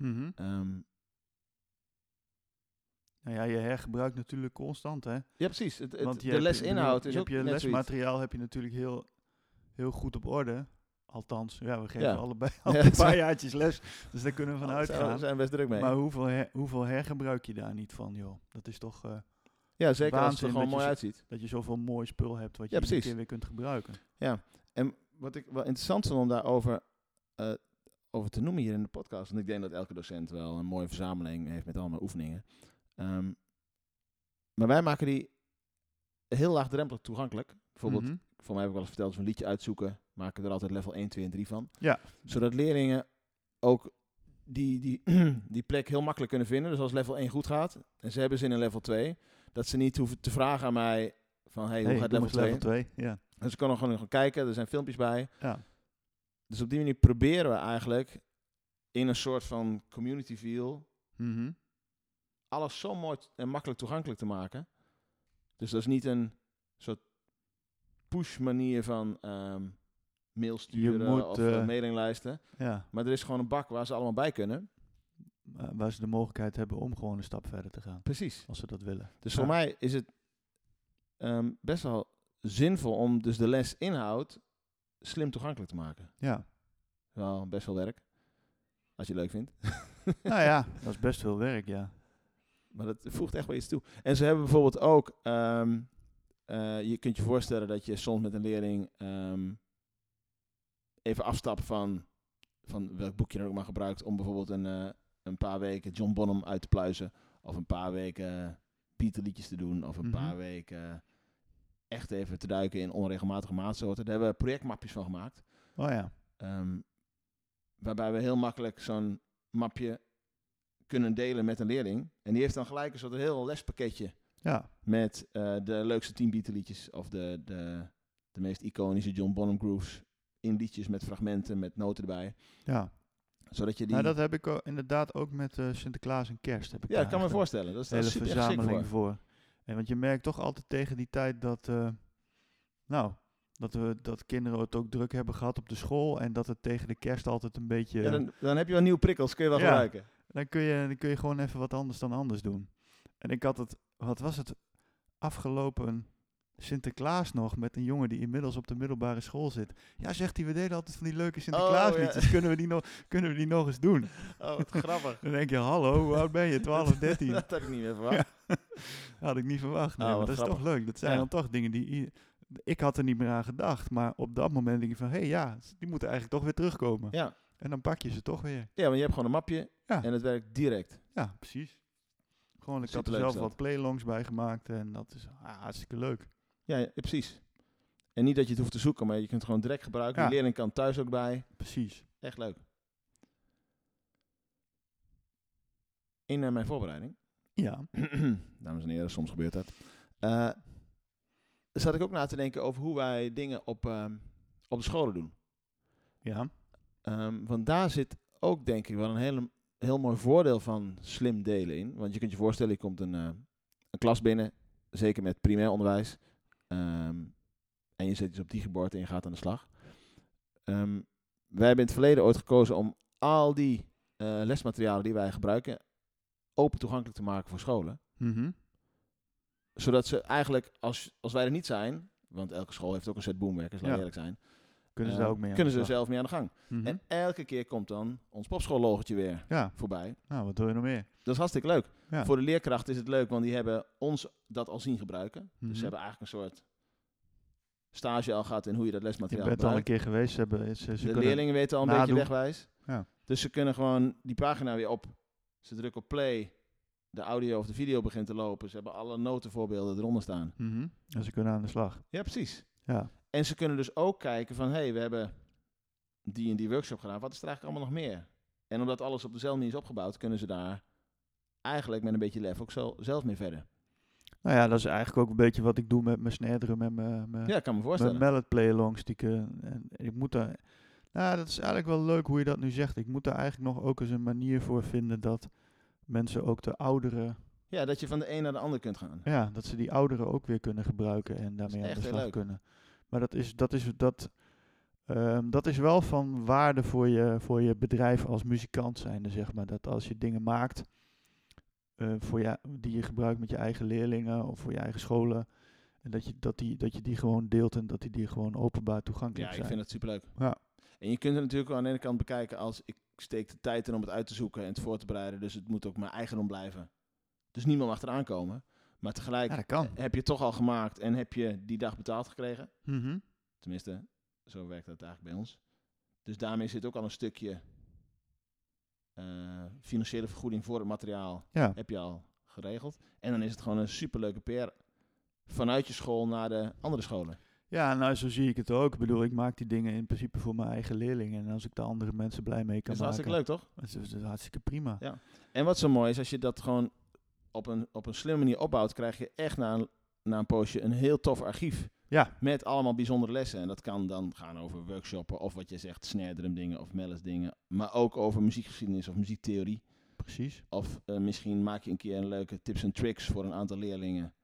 D: Nou ja, je hergebruikt natuurlijk constant, hè.
C: Ja, precies.
D: Want
C: De lesinhoud is
D: je
C: ook
D: hebt je
C: net zoiets.
D: lesmateriaal heb je natuurlijk heel goed op orde. Althans, ja, we geven
C: Ja.
D: allebei
C: Ja,
D: al een paar jaartjes les, dus daar kunnen we van
C: We
D: uitgaan.
C: zijn best druk mee.
D: Maar hoeveel hergebruik je daar niet van, joh? Dat is toch
C: Ja, zeker als het
D: waanzin
C: er gewoon
D: dat je
C: mooi
D: zo-
C: uitziet.
D: dat je zoveel mooi spul hebt wat je
C: Ja,
D: iedere
C: precies.
D: keer weer kunt gebruiken.
C: En wat ik wel interessant vond om daarover over te noemen hier in de podcast, want ik denk dat elke docent wel een mooie verzameling heeft met allemaal oefeningen. Maar wij maken die heel laagdrempelig toegankelijk. Bijvoorbeeld,
D: Mhm.
C: voor mij heb ik wel eens verteld, als we een liedje uitzoeken, maken we er altijd level 1, 2 en 3 van.
D: Ja.
C: Zodat leerlingen ook die plek heel makkelijk kunnen vinden. Dus als level 1 goed gaat en ze hebben zin in level 2, dat ze niet hoeven te vragen aan mij van hey, hoe gaat
D: doe
C: level
D: maar
C: 2?
D: 2? Ja.
C: Dus ze kunnen gewoon gaan kijken, er zijn filmpjes bij.
D: Ja.
C: Dus op die manier proberen we eigenlijk in een soort van community feel
D: Mhm.
C: alles zo mooi en makkelijk toegankelijk te maken. Dus dat is niet een soort push manier van mail sturen
D: moet,
C: of mailinglijsten.
D: Ja.
C: Maar er is gewoon een bak waar ze allemaal bij kunnen.
D: Waar ze de mogelijkheid hebben om gewoon een stap verder te gaan.
C: Precies.
D: Als ze dat willen.
C: Dus
D: Ja.
C: voor mij is het best wel zinvol om dus de lesinhoud slim toegankelijk te maken.
D: Ja.
C: Wel best veel werk. Als je het leuk vindt.
D: Nou ja, dat is best veel werk, ja.
C: Maar dat voegt echt wel iets toe. En ze hebben bijvoorbeeld ook, je kunt je voorstellen dat je soms met een leerling even afstapt van welk boek je dan ook maar gebruikt, om bijvoorbeeld een paar weken John Bonham uit te pluizen, of een paar weken Beatle-liedjes te doen, of een
D: Mhm.
C: paar weken echt even te duiken in onregelmatige maatsoorten. Daar hebben we projectmapjes van gemaakt.
D: Oh ja.
C: Waarbij we heel makkelijk zo'n mapje kunnen delen met een leerling. En die heeft dan gelijk een soort heel lespakketje
D: Ja.
C: met de leukste 10 Beatle-liedjes of de meest iconische John Bonham grooves in liedjes met fragmenten, met noten erbij.
D: Ja.
C: Zodat je die...
D: Nou, dat heb ik inderdaad ook met Sinterklaas en Kerst. Heb ik
C: ja,
D: daar
C: ik kan me
D: echt
C: voorstellen. Dat is
D: een
C: daar
D: hele
C: super geschikt
D: verzameling
C: voor.
D: voor. En want je merkt toch altijd tegen die tijd dat, dat kinderen het ook druk hebben gehad op de school. En dat het tegen de kerst altijd een beetje...
C: Ja, dan heb je wel nieuwe prikkels, kun je wel
D: Ja.
C: gebruiken.
D: Dan kun je gewoon even wat anders dan anders doen. En ik had het, wat was het, afgelopen Sinterklaas nog met een jongen die inmiddels op de middelbare school zit. Ja, zegt hij, we deden altijd van die leuke Sinterklaasliedjes. Kunnen we die nog eens doen?
C: Oh, wat grappig.
D: Dan denk je, hallo, hoe oud ben je? 12, 13?
C: Dat had ik niet meer verwacht.
D: Had ik niet verwacht. Nee,
C: Oh,
D: maar
C: wat
D: dat is toch
C: grappig.
D: leuk. Dat zijn
C: Ja.
D: dan toch dingen die... Ik had er niet meer aan gedacht. Maar op dat moment denk je van... die moeten eigenlijk toch weer terugkomen.
C: Ja.
D: En dan pak je ze toch weer.
C: Ja, want je hebt gewoon een mapje
D: Ja.
C: en het werkt direct.
D: Ja, precies. Gewoon, ik had er
C: Superleuk
D: zelf
C: is dat.
D: wat playlongs bij gemaakt. En dat is hartstikke leuk.
C: Ja, precies. En niet dat je het hoeft te zoeken, maar je kunt het gewoon direct gebruiken.
D: Ja.
C: De leerling kan thuis ook bij.
D: Precies.
C: Echt leuk. In mijn voorbereiding,
D: Ja.
C: dames en heren, soms gebeurt dat, zat ik ook na te denken over hoe wij dingen op de scholen doen.
D: Ja.
C: Want daar zit ook, denk ik, wel een heel mooi voordeel van slim delen in. Want je kunt je voorstellen, je komt een klas binnen, zeker met primair onderwijs, en je zet iets op digibord en je gaat aan de slag. Wij hebben in het verleden ooit gekozen om al die lesmaterialen die wij gebruiken open toegankelijk te maken voor scholen.
D: Mhm.
C: Zodat ze eigenlijk, als wij er niet zijn, want elke school heeft ook een set boomwerkers, laten we eerlijk zijn,
D: Kunnen ze daar ook mee aan
C: kunnen
D: de
C: ze
D: slag?
C: zelf mee aan de gang.
D: Mhm.
C: En elke keer komt dan ons popschoollogotje weer
D: Ja.
C: voorbij.
D: Nou, wat wil je nog meer?
C: Dat is hartstikke leuk.
D: Ja.
C: Voor de leerkracht is het leuk, want die hebben ons dat al zien gebruiken.
D: Mhm.
C: Dus ze hebben eigenlijk een soort stage al gehad in hoe je dat
D: Je
C: lesmateriaal
D: bent al een
C: gebruikt.
D: keer geweest. Ze
C: De
D: kunnen-
C: leerlingen weten al een
D: nadoen.
C: beetje wegwijs.
D: Ja.
C: Dus ze kunnen gewoon die pagina weer op. Ze drukken op play. De audio of de video begint te lopen. Ze hebben alle notenvoorbeelden eronder staan.
D: Mhm. En ze kunnen aan de slag.
C: Ja, precies.
D: Ja.
C: En ze kunnen dus ook kijken van, hey, we hebben die en die workshop gedaan. Wat is er eigenlijk allemaal nog meer? En omdat alles op dezelfde manier is opgebouwd, kunnen ze daar eigenlijk met een beetje lef ook zelf mee verder.
D: Nou ja, dat is eigenlijk ook een beetje wat ik doe met mijn snare drum en mijn
C: Ja, ik kan me
D: mijn
C: voorstellen.
D: mallet playlongs. En ik moet daar... Nou, dat is eigenlijk wel leuk hoe je dat nu zegt. Ik moet daar eigenlijk nog ook eens een manier voor vinden dat mensen ook de ouderen...
C: Ja, dat je van de een naar de ander kunt gaan.
D: Ja, dat ze die ouderen ook weer kunnen gebruiken en
C: is
D: daarmee aan
C: echt
D: de
C: heel
D: slag
C: leuk.
D: kunnen. Maar dat is wel van waarde voor je bedrijf als muzikant zijnde, zeg maar. Dat als je dingen maakt die je gebruikt met je eigen leerlingen of voor je eigen scholen, en dat je die gewoon deelt en dat die gewoon openbaar toegankelijk
C: Ja,
D: zijn.
C: ik vind het superleuk.
D: Ja.
C: En je kunt het natuurlijk wel aan de ene kant bekijken als ik steek de tijd in om het uit te zoeken en het voor te bereiden. Dus het moet ook mijn eigendom blijven. Dus niemand mag eraan komen. Maar tegelijk
D: Ja, dat kan.
C: heb je het toch al gemaakt en heb je die dag betaald gekregen.
D: Mhm.
C: Tenminste, zo werkt dat eigenlijk bij ons. Dus daarmee zit ook al een stukje financiële vergoeding voor het materiaal.
D: Ja.
C: Heb je al geregeld. En dan is het gewoon een superleuke PR vanuit je school naar de andere scholen.
D: Ja, nou zo zie ik het ook. Ik bedoel, ik maak die dingen in principe voor mijn eigen leerlingen. En als ik de andere mensen blij mee kan
C: Dat is
D: maken.
C: hartstikke leuk, toch?
D: Dat is hartstikke prima.
C: Ja. En wat zo mooi is, als je dat gewoon op een slimme manier opbouwt, krijg je echt na een poosje een heel tof archief.
D: Ja.
C: Met allemaal bijzondere lessen. En dat kan dan gaan over workshoppen of wat je zegt, snare drum dingen of mellis dingen. Maar ook over muziekgeschiedenis of muziektheorie.
D: Precies.
C: Of misschien maak je een keer een leuke tips en tricks voor een aantal leerlingen.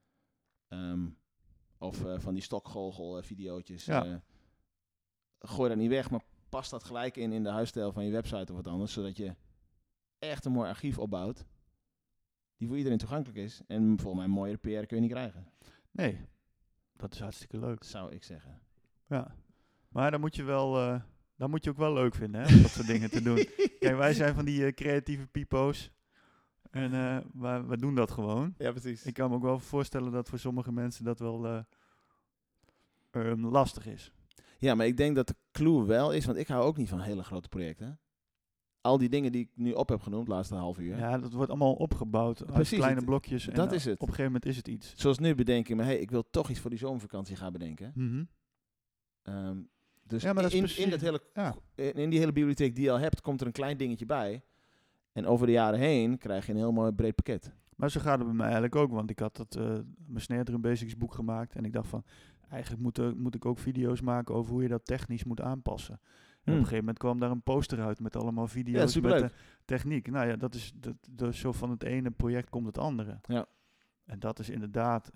C: Of van die stokgoochel videootjes.
D: Ja.
C: Gooi dat niet weg, maar pas dat gelijk in de huisstijl van je website of wat anders. Zodat je echt een mooi archief opbouwt. Die voor iedereen toegankelijk is. En volgens mij een mooiere PR kun je niet krijgen.
D: Nee, dat is hartstikke leuk.
C: Zou ik zeggen.
D: Ja. Maar dan moet je ook wel leuk vinden, hè, om dat soort dingen te doen. Kijk, wij zijn van die creatieve pipo's. En we doen dat gewoon.
C: Ja, precies.
D: Ik kan me ook wel voorstellen dat voor sommige mensen dat wel lastig is.
C: Ja, maar ik denk dat de clue wel is, want ik hou ook niet van hele grote projecten. Al die dingen die ik nu op heb genoemd, de laatste half uur.
D: Ja, dat wordt allemaal opgebouwd uit
C: Precies,
D: kleine
C: het-
D: blokjes.
C: dat
D: en
C: is het.
D: Op een gegeven moment is het iets.
C: Zoals nu bedenk ik me, hey, ik wil toch iets voor die zomervakantie gaan bedenken.
D: Mhm.
C: Dus
D: Ja, maar dat is
C: in
D: precies-
C: dat hele,
D: Ja.
C: in die hele bibliotheek die je al hebt, komt er een klein dingetje bij. En over de jaren heen krijg je een heel mooi breed pakket.
D: Maar zo gaat het bij mij eigenlijk ook, want ik had mijn Snare Drum Basics boek gemaakt en ik dacht van, eigenlijk moet ik ook video's maken over hoe je dat technisch moet aanpassen. En op een gegeven moment kwam daar een poster uit met allemaal
C: Ja,
D: video's met
C: superleuk.
D: de techniek. Nou ja, dat is zo van het ene project komt het andere.
C: Ja.
D: En dat is inderdaad,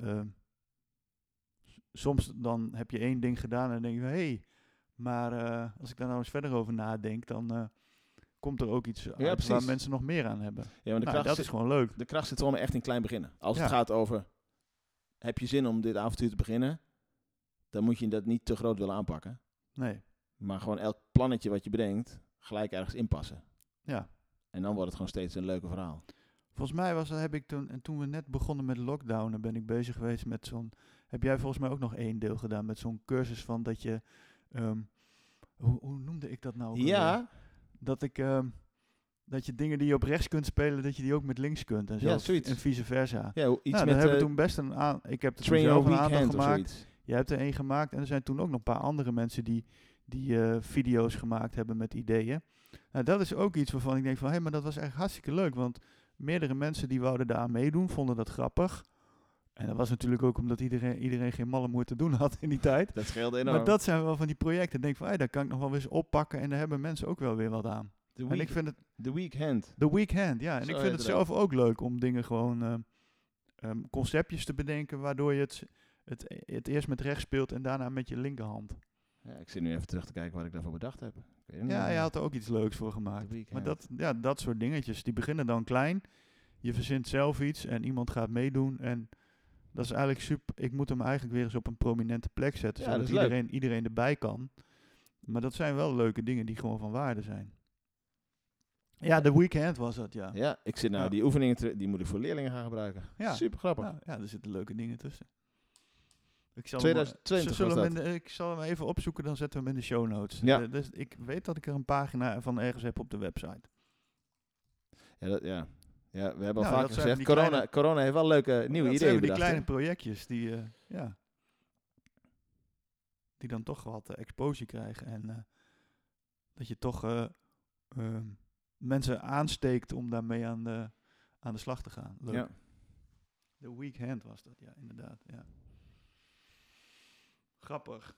D: soms dan heb je één ding gedaan en dan denk je, hé, maar als ik daar nou eens verder over nadenk, dan komt er ook iets uit waar
C: precies.
D: mensen nog meer aan hebben.
C: Ja, maar
D: Nou, dat is gewoon leuk.
C: de kracht zit gewoon echt in klein beginnen. Als
D: Ja.
C: het gaat over heb je zin om dit avontuur te beginnen, dan moet je dat niet te groot willen aanpakken.
D: Nee.
C: Maar gewoon elk plannetje wat je bedenkt, gelijk ergens inpassen.
D: Ja.
C: En dan wordt het gewoon steeds een leuke verhaal.
D: Volgens mij heb ik toen we net begonnen met lockdownen, ben ik bezig geweest met zo'n... Heb jij volgens mij ook nog 1 deel gedaan met zo'n cursus van dat je... hoe noemde ik dat nou? ook alweer?
C: Ja,
D: Dat je dingen die je op rechts kunt spelen, dat je die ook met links kunt. En,
C: Ja, zoiets.
D: en vice versa.
C: ja iets
D: Nou,
C: met
D: daar hebben we toen best ik heb er toen
C: Train
D: zelf
C: Your
D: een aantal
C: Weekend of
D: gemaakt.
C: zoiets.
D: Jij hebt er 1 gemaakt en er zijn toen ook nog een paar andere mensen die video's gemaakt hebben met ideeën. Nou, dat is ook iets waarvan ik denk van, hé, maar dat was echt hartstikke leuk. Want meerdere mensen die wouden daar aan meedoen, vonden dat grappig. En dat was natuurlijk ook omdat iedereen geen malle moer te doen had in die tijd.
C: Dat scheelde enorm.
D: Maar dat zijn wel van die projecten. Ik denk van, daar kan ik nog wel eens oppakken en daar hebben mensen ook wel weer wat aan. En ik vind het
C: The Weekend.
D: The Weekend, ja. En
C: Zo
D: ik
C: heet
D: vind het
C: het
D: zelf ook leuk om dingen gewoon conceptjes te bedenken, waardoor je het eerst met rechts speelt en daarna met je linkerhand.
C: Ja, ik zit nu even terug te kijken wat ik daarvoor bedacht heb. Ik weet het
D: Ja,
C: niet.
D: je had er ook iets leuks voor
C: The
D: gemaakt.
C: Weekend.
D: Maar dat soort dingetjes, die beginnen dan klein. Je verzint zelf iets en iemand gaat meedoen. En dat is eigenlijk super. Ik moet hem eigenlijk weer eens op een prominente plek zetten,
C: Ja,
D: zodat
C: dat is leuk.
D: iedereen erbij kan. Maar dat zijn wel leuke dingen die gewoon van waarde zijn. Ja, The Weekend was dat, ja.
C: Ja, ik zit nou
D: Ja.
C: die oefeningen, die moet ik voor leerlingen gaan gebruiken.
D: Ja.
C: Super grappig.
D: Ja, er zitten leuke dingen tussen. Ik zal
C: 2020
D: zullen
C: was
D: we
C: dat.
D: ik zal hem even opzoeken, dan zetten we hem in de show notes.
C: Ja.
D: Dus ik weet dat ik er een pagina van ergens heb op de website.
C: Ja, we hebben al
D: Nou,
C: vaker
D: dat zijn
C: gezegd,
D: die
C: corona heeft wel leuke nieuwe
D: dat
C: ideeën
D: zijn die
C: bedacht.
D: kleine
C: hè?
D: projectjes die dan toch wat exposure krijgen. En dat je toch mensen aansteekt om daarmee aan de slag te gaan. Leuk.
C: Ja.
D: The Weekend was dat, ja, inderdaad. Ja. Grappig.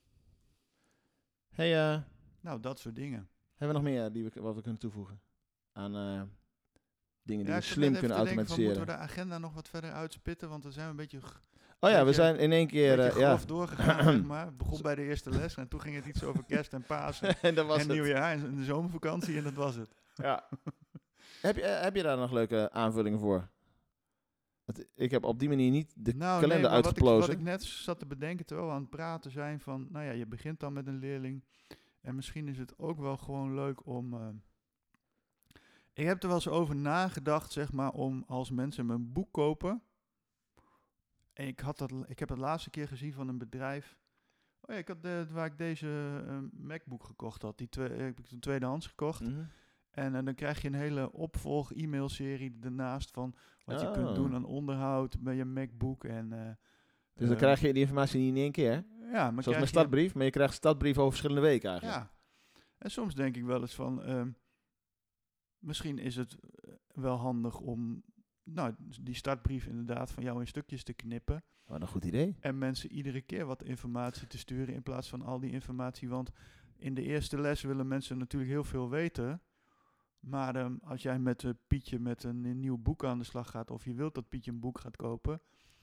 C: Hey,
D: Nou, dat soort dingen.
C: hebben we nog meer wat we kunnen toevoegen aan dingen die
D: Ja,
C: we
D: ik zat
C: slim
D: net even
C: kunnen
D: te denken van,
C: automatiseren?
D: moeten we de agenda nog wat verder uitspitten? Want we zijn een beetje
C: Oh ja, we
D: beetje-
C: zijn in één keer...
D: beetje
C: ja.
D: grof doorgegaan, zeg maar. Het begon bij de eerste les en toen ging het iets over kerst en Pasen
C: en dat was
D: en
C: het.
D: nieuwjaar en de zomervakantie en dat was het.
C: Ja. heb je daar nog leuke aanvullingen voor? Ik heb op die manier niet de kalender
D: maar
C: uitgeplozen.
D: wat ik net zat te bedenken terwijl we aan het praten zijn van, nou ja, je begint dan met een leerling en misschien is het ook wel gewoon leuk om... ik heb er wel eens over nagedacht, zeg maar, om als mensen mijn boek kopen. En ik heb het laatste keer gezien van een bedrijf. Oh ja, ik had waar ik deze MacBook gekocht had. Die heb ik toen tweedehands gekocht.
C: Mhm.
D: En dan krijg je een hele opvolg-e-mailserie ernaast van wat je
C: Oh.
D: kunt doen aan onderhoud bij je MacBook. En,
C: Dus dan krijg je die informatie niet in één keer.
D: ja, maar
C: Zoals
D: krijg
C: mijn
D: je-
C: startbrief, maar je krijgt startbrief over verschillende weken eigenlijk.
D: Ja. En soms denk ik wel eens van, misschien is het wel handig om die startbrief inderdaad van jou in stukjes te knippen.
C: Wat een goed idee.
D: En mensen iedere keer wat informatie te sturen in plaats van al die informatie. Want in de eerste les willen mensen natuurlijk heel veel weten. Maar als jij met Pietje met een nieuw boek aan de slag gaat, of je wilt dat Pietje een boek gaat kopen,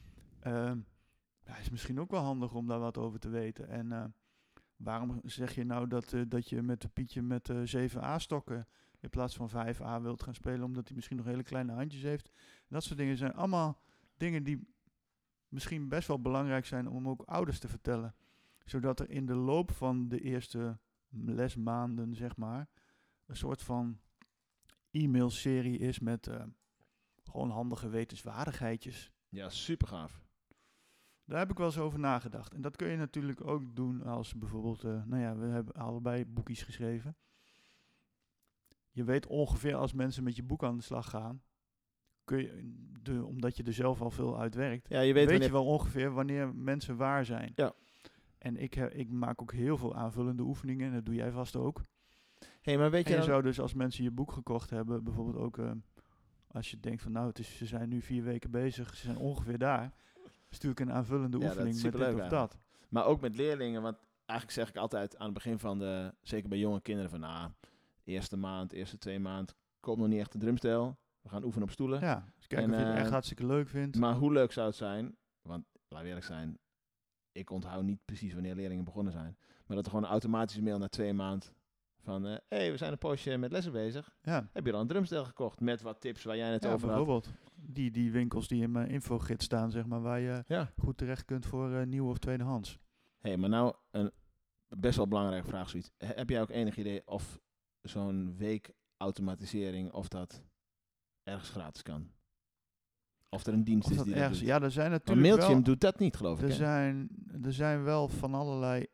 D: is het misschien ook wel handig om daar wat over te weten. En waarom zeg je nou dat je met Pietje met 7 A-stokken in plaats van 5 A wilt gaan spelen, omdat hij misschien nog hele kleine handjes heeft? Dat soort dingen zijn allemaal dingen die misschien best wel belangrijk zijn om ook ouders te vertellen. Zodat er in de loop van de eerste lesmaanden, zeg maar, een soort van e-mailserie is met gewoon handige wetenswaardigheidjes.
C: Ja, super gaaf.
D: Daar heb ik wel eens over nagedacht. En dat kun je natuurlijk ook doen als bijvoorbeeld, we hebben allebei boekjes geschreven. Je weet ongeveer als mensen met je boek aan de slag gaan, kun je, omdat je er zelf al veel uit werkt,
C: Ja, je
D: weet
C: weet wanneer...
D: je wel ongeveer wanneer mensen waar zijn.
C: Ja.
D: En ik maak ook heel veel aanvullende oefeningen, en dat doe jij vast ook.
C: Hey, maar weet
D: En
C: je
D: je
C: dan...
D: zou dus als mensen je boek gekocht hebben, bijvoorbeeld ook als je denkt van nou, ze zijn nu 4 weken bezig, ze zijn ongeveer daar, stuur ik een aanvullende
C: Ja, dat is
D: oefening met dit
C: superleuk
D: of dat.
C: Maar ook met leerlingen, want eigenlijk zeg ik altijd aan het begin van zeker bij jonge kinderen van eerste maand, eerste 2 maand, komt nog niet echt de drumstijl. We gaan oefenen op stoelen.
D: Ja, dus kijken
C: En,
D: of je het echt hartstikke leuk vindt.
C: Maar hoe leuk zou het zijn, want laten we eerlijk zijn, ik onthoud niet precies wanneer leerlingen begonnen zijn, maar dat er gewoon een automatische mail na 2 maanden van, we zijn een poosje met lessen bezig.
D: Ja,
C: Heb je al een drumstel gekocht met wat tips waar jij het over had?
D: bijvoorbeeld. die winkels die in mijn infogids staan, zeg maar, waar je
C: Ja.
D: goed terecht kunt voor nieuw of tweedehands.
C: Hey, maar nou een best wel belangrijke vraag zoiets. Heb jij ook enig idee of zo'n weekautomatisering, of dat ergens gratis kan? Of er een dienst
D: Of
C: is
D: dat
C: die
D: ergens,
C: dat doet?
D: ja, er zijn
C: Maar
D: natuurlijk
C: Mailchimp
D: wel...
C: doet dat niet, geloof ik. hè?
D: Er zijn wel van allerlei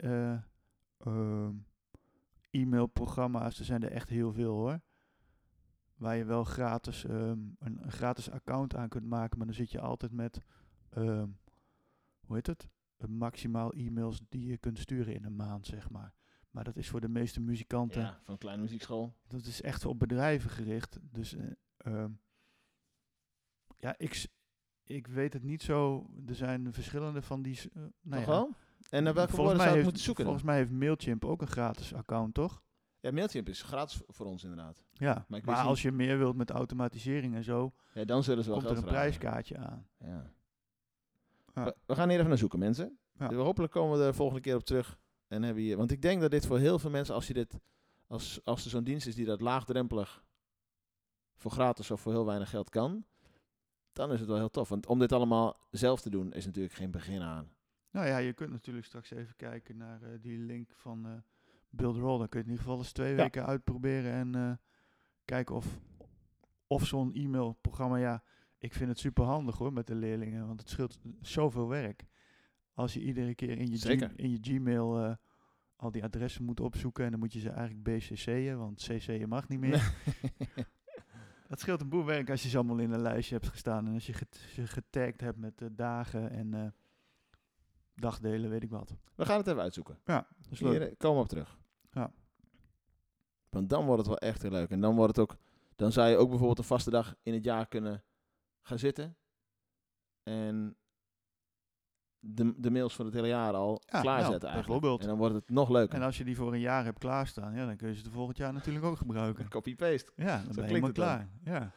D: e-mailprogramma's, er zijn er echt heel veel hoor. Waar je wel gratis een gratis account aan kunt maken, maar dan zit je altijd met, hoe heet het? Maximaal e-mails die je kunt sturen in een maand, zeg maar. Maar dat is voor de meeste muzikanten,
C: Ja, van een kleine muziekschool.
D: dat is echt op bedrijven gericht. Dus ja, ik weet het niet zo. Er zijn verschillende van die...
C: Toch wel? En naar welke
D: volgens
C: woorden
D: mij
C: zou ik
D: heeft-
C: moeten zoeken dan?
D: Volgens mij heeft Mailchimp ook een gratis account, toch?
C: Ja, Mailchimp is gratis voor ons inderdaad.
D: Ja,
C: Maar ik
D: maar
C: wist
D: als je meer wilt met automatisering en zo,
C: Ja, dan zullen ze wel
D: komt er
C: geld
D: een
C: vragen.
D: prijskaartje aan.
C: Ja.
D: Ja.
C: We gaan hier even naar zoeken, mensen.
D: Ja.
C: Dus hopelijk komen we er volgende keer op terug. En hebben hier, want ik denk dat dit voor heel veel mensen, als er zo'n dienst is die dat laagdrempelig voor gratis of voor heel weinig geld kan, dan is het wel heel tof. Want om dit allemaal zelf te doen is natuurlijk geen begin aan.
D: Nou ja, je kunt natuurlijk straks even kijken naar die link van Buildroll. Dan kun je in ieder geval eens 2
C: Ja.
D: weken uitproberen en kijken of zo'n e-mailprogramma, ja, ik vind het super handig hoor met de leerlingen, want het scheelt zoveel werk. Als je iedere keer
C: Zeker.
D: in je Gmail al die adressen moet opzoeken en dan moet je ze eigenlijk BCC'en, want CC'en mag niet meer. Dat scheelt een boel werk als je ze allemaal in een lijstje hebt gestaan en als je ze getagd hebt met dagen en dagdelen, weet ik wat.
C: We gaan het even uitzoeken.
D: Ja, dat is leuk.
C: Hier komen we op terug.
D: Ja.
C: Want dan wordt het wel echt heel leuk. En dan wordt het ook, dan zou je ook bijvoorbeeld een vaste dag in het jaar kunnen gaan zitten. En de mails voor het hele jaar al
D: Ja,
C: klaarzetten
D: nou,
C: eigenlijk.
D: bijvoorbeeld.
C: En dan wordt het nog leuker.
D: En als je die voor een jaar hebt klaarstaan, ja, dan kun je ze volgend jaar natuurlijk ook gebruiken.
C: Copy-paste.
D: Ja, dan ben je
C: klinkt
D: helemaal
C: het dan.
D: klaar. Ja.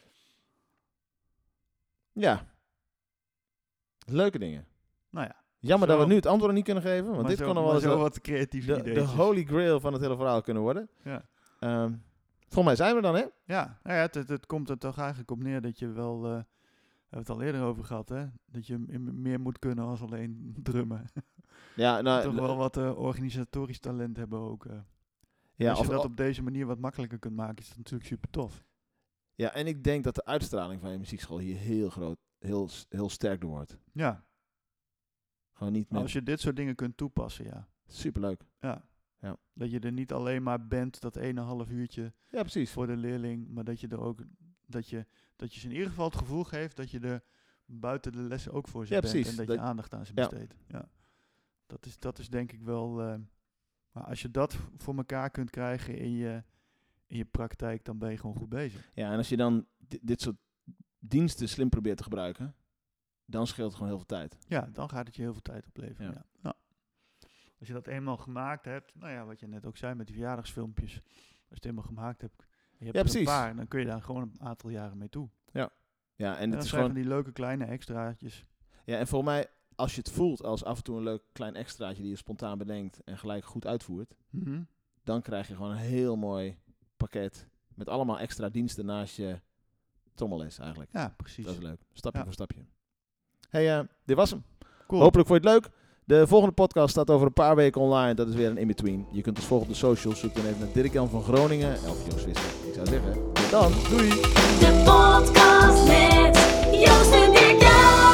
C: Ja. Leuke dingen.
D: Nou ja,
C: Jammer
D: Zo.
C: dat we nu het antwoord niet kunnen geven. Want
D: maar
C: dit
D: zo,
C: kan nog wel
D: maar
C: eens
D: zo
C: de,
D: wat creatieve
C: de
D: ideeën.
C: holy grail van het hele verhaal kunnen worden.
D: Ja.
C: Volgens mij zijn we dan, hè?
D: Ja, nou ja, het komt er toch eigenlijk op neer dat je wel, we hebben het al eerder over gehad, hè? Dat je meer moet kunnen als alleen drummen.
C: Ja, nou,
D: Toch wel wat organisatorisch talent hebben ook.
C: ja,
D: Als je dat op deze manier wat makkelijker kunt maken, is dat natuurlijk super tof.
C: ja, en ik denk dat de uitstraling van je muziekschool hier heel groot, heel sterk door wordt.
D: Ja,
C: Gewoon niet met...
D: als je dit soort dingen kunt toepassen, ja.
C: Superleuk.
D: Ja.
C: Ja.
D: Dat je er niet alleen maar bent, dat 1,5 uurtje
C: Ja, precies.
D: voor de leerling, maar dat je er ook, dat je ze in ieder geval het gevoel geeft dat je er buiten de lessen ook voor ze
C: Ja,
D: bent
C: precies.
D: en dat
C: Dat-
D: je aandacht aan ze
C: ja.
D: besteedt. Ja. Dat is denk ik wel, maar als je dat voor elkaar kunt krijgen in je praktijk, dan ben je gewoon goed bezig.
C: Ja, en als je dan dit soort diensten slim probeert te gebruiken, dan scheelt het gewoon heel veel tijd.
D: Ja, dan gaat het je heel veel tijd opleveren.
C: Ja.
D: Ja. Ja. Als je dat eenmaal gemaakt hebt, nou ja, wat je net ook zei met die verjaardagsfilmpjes, als je het eenmaal gemaakt hebt, en je hebt
C: Ja,
D: er een
C: precies.
D: paar, dan kun je daar gewoon een aantal jaren mee toe.
C: Ja, en
D: En
C: het
D: dat
C: is
D: zijn
C: gewoon...
D: van die leuke kleine extraatjes.
C: Ja, en volgens mij, als je het voelt als af en toe een leuk klein extraatje die je spontaan bedenkt en gelijk goed uitvoert,
D: Mhm.
C: dan krijg je gewoon een heel mooi pakket met allemaal extra diensten naast je trommelles eigenlijk.
D: Ja, precies.
C: Dat is leuk. Stapje
D: Ja.
C: voor stapje. Hey, dit was hem.
D: Cool.
C: Hopelijk vond je het leuk. De volgende podcast staat over een paar weken online. Dat is weer een in-between. Je kunt ons volgen op de socials. Zoek dan even naar Dirk-Jan van Groningen of Joost Visser. Ik zou zeggen, tot dan. Doei!
B: De podcast met Joost en Dirk-Jan.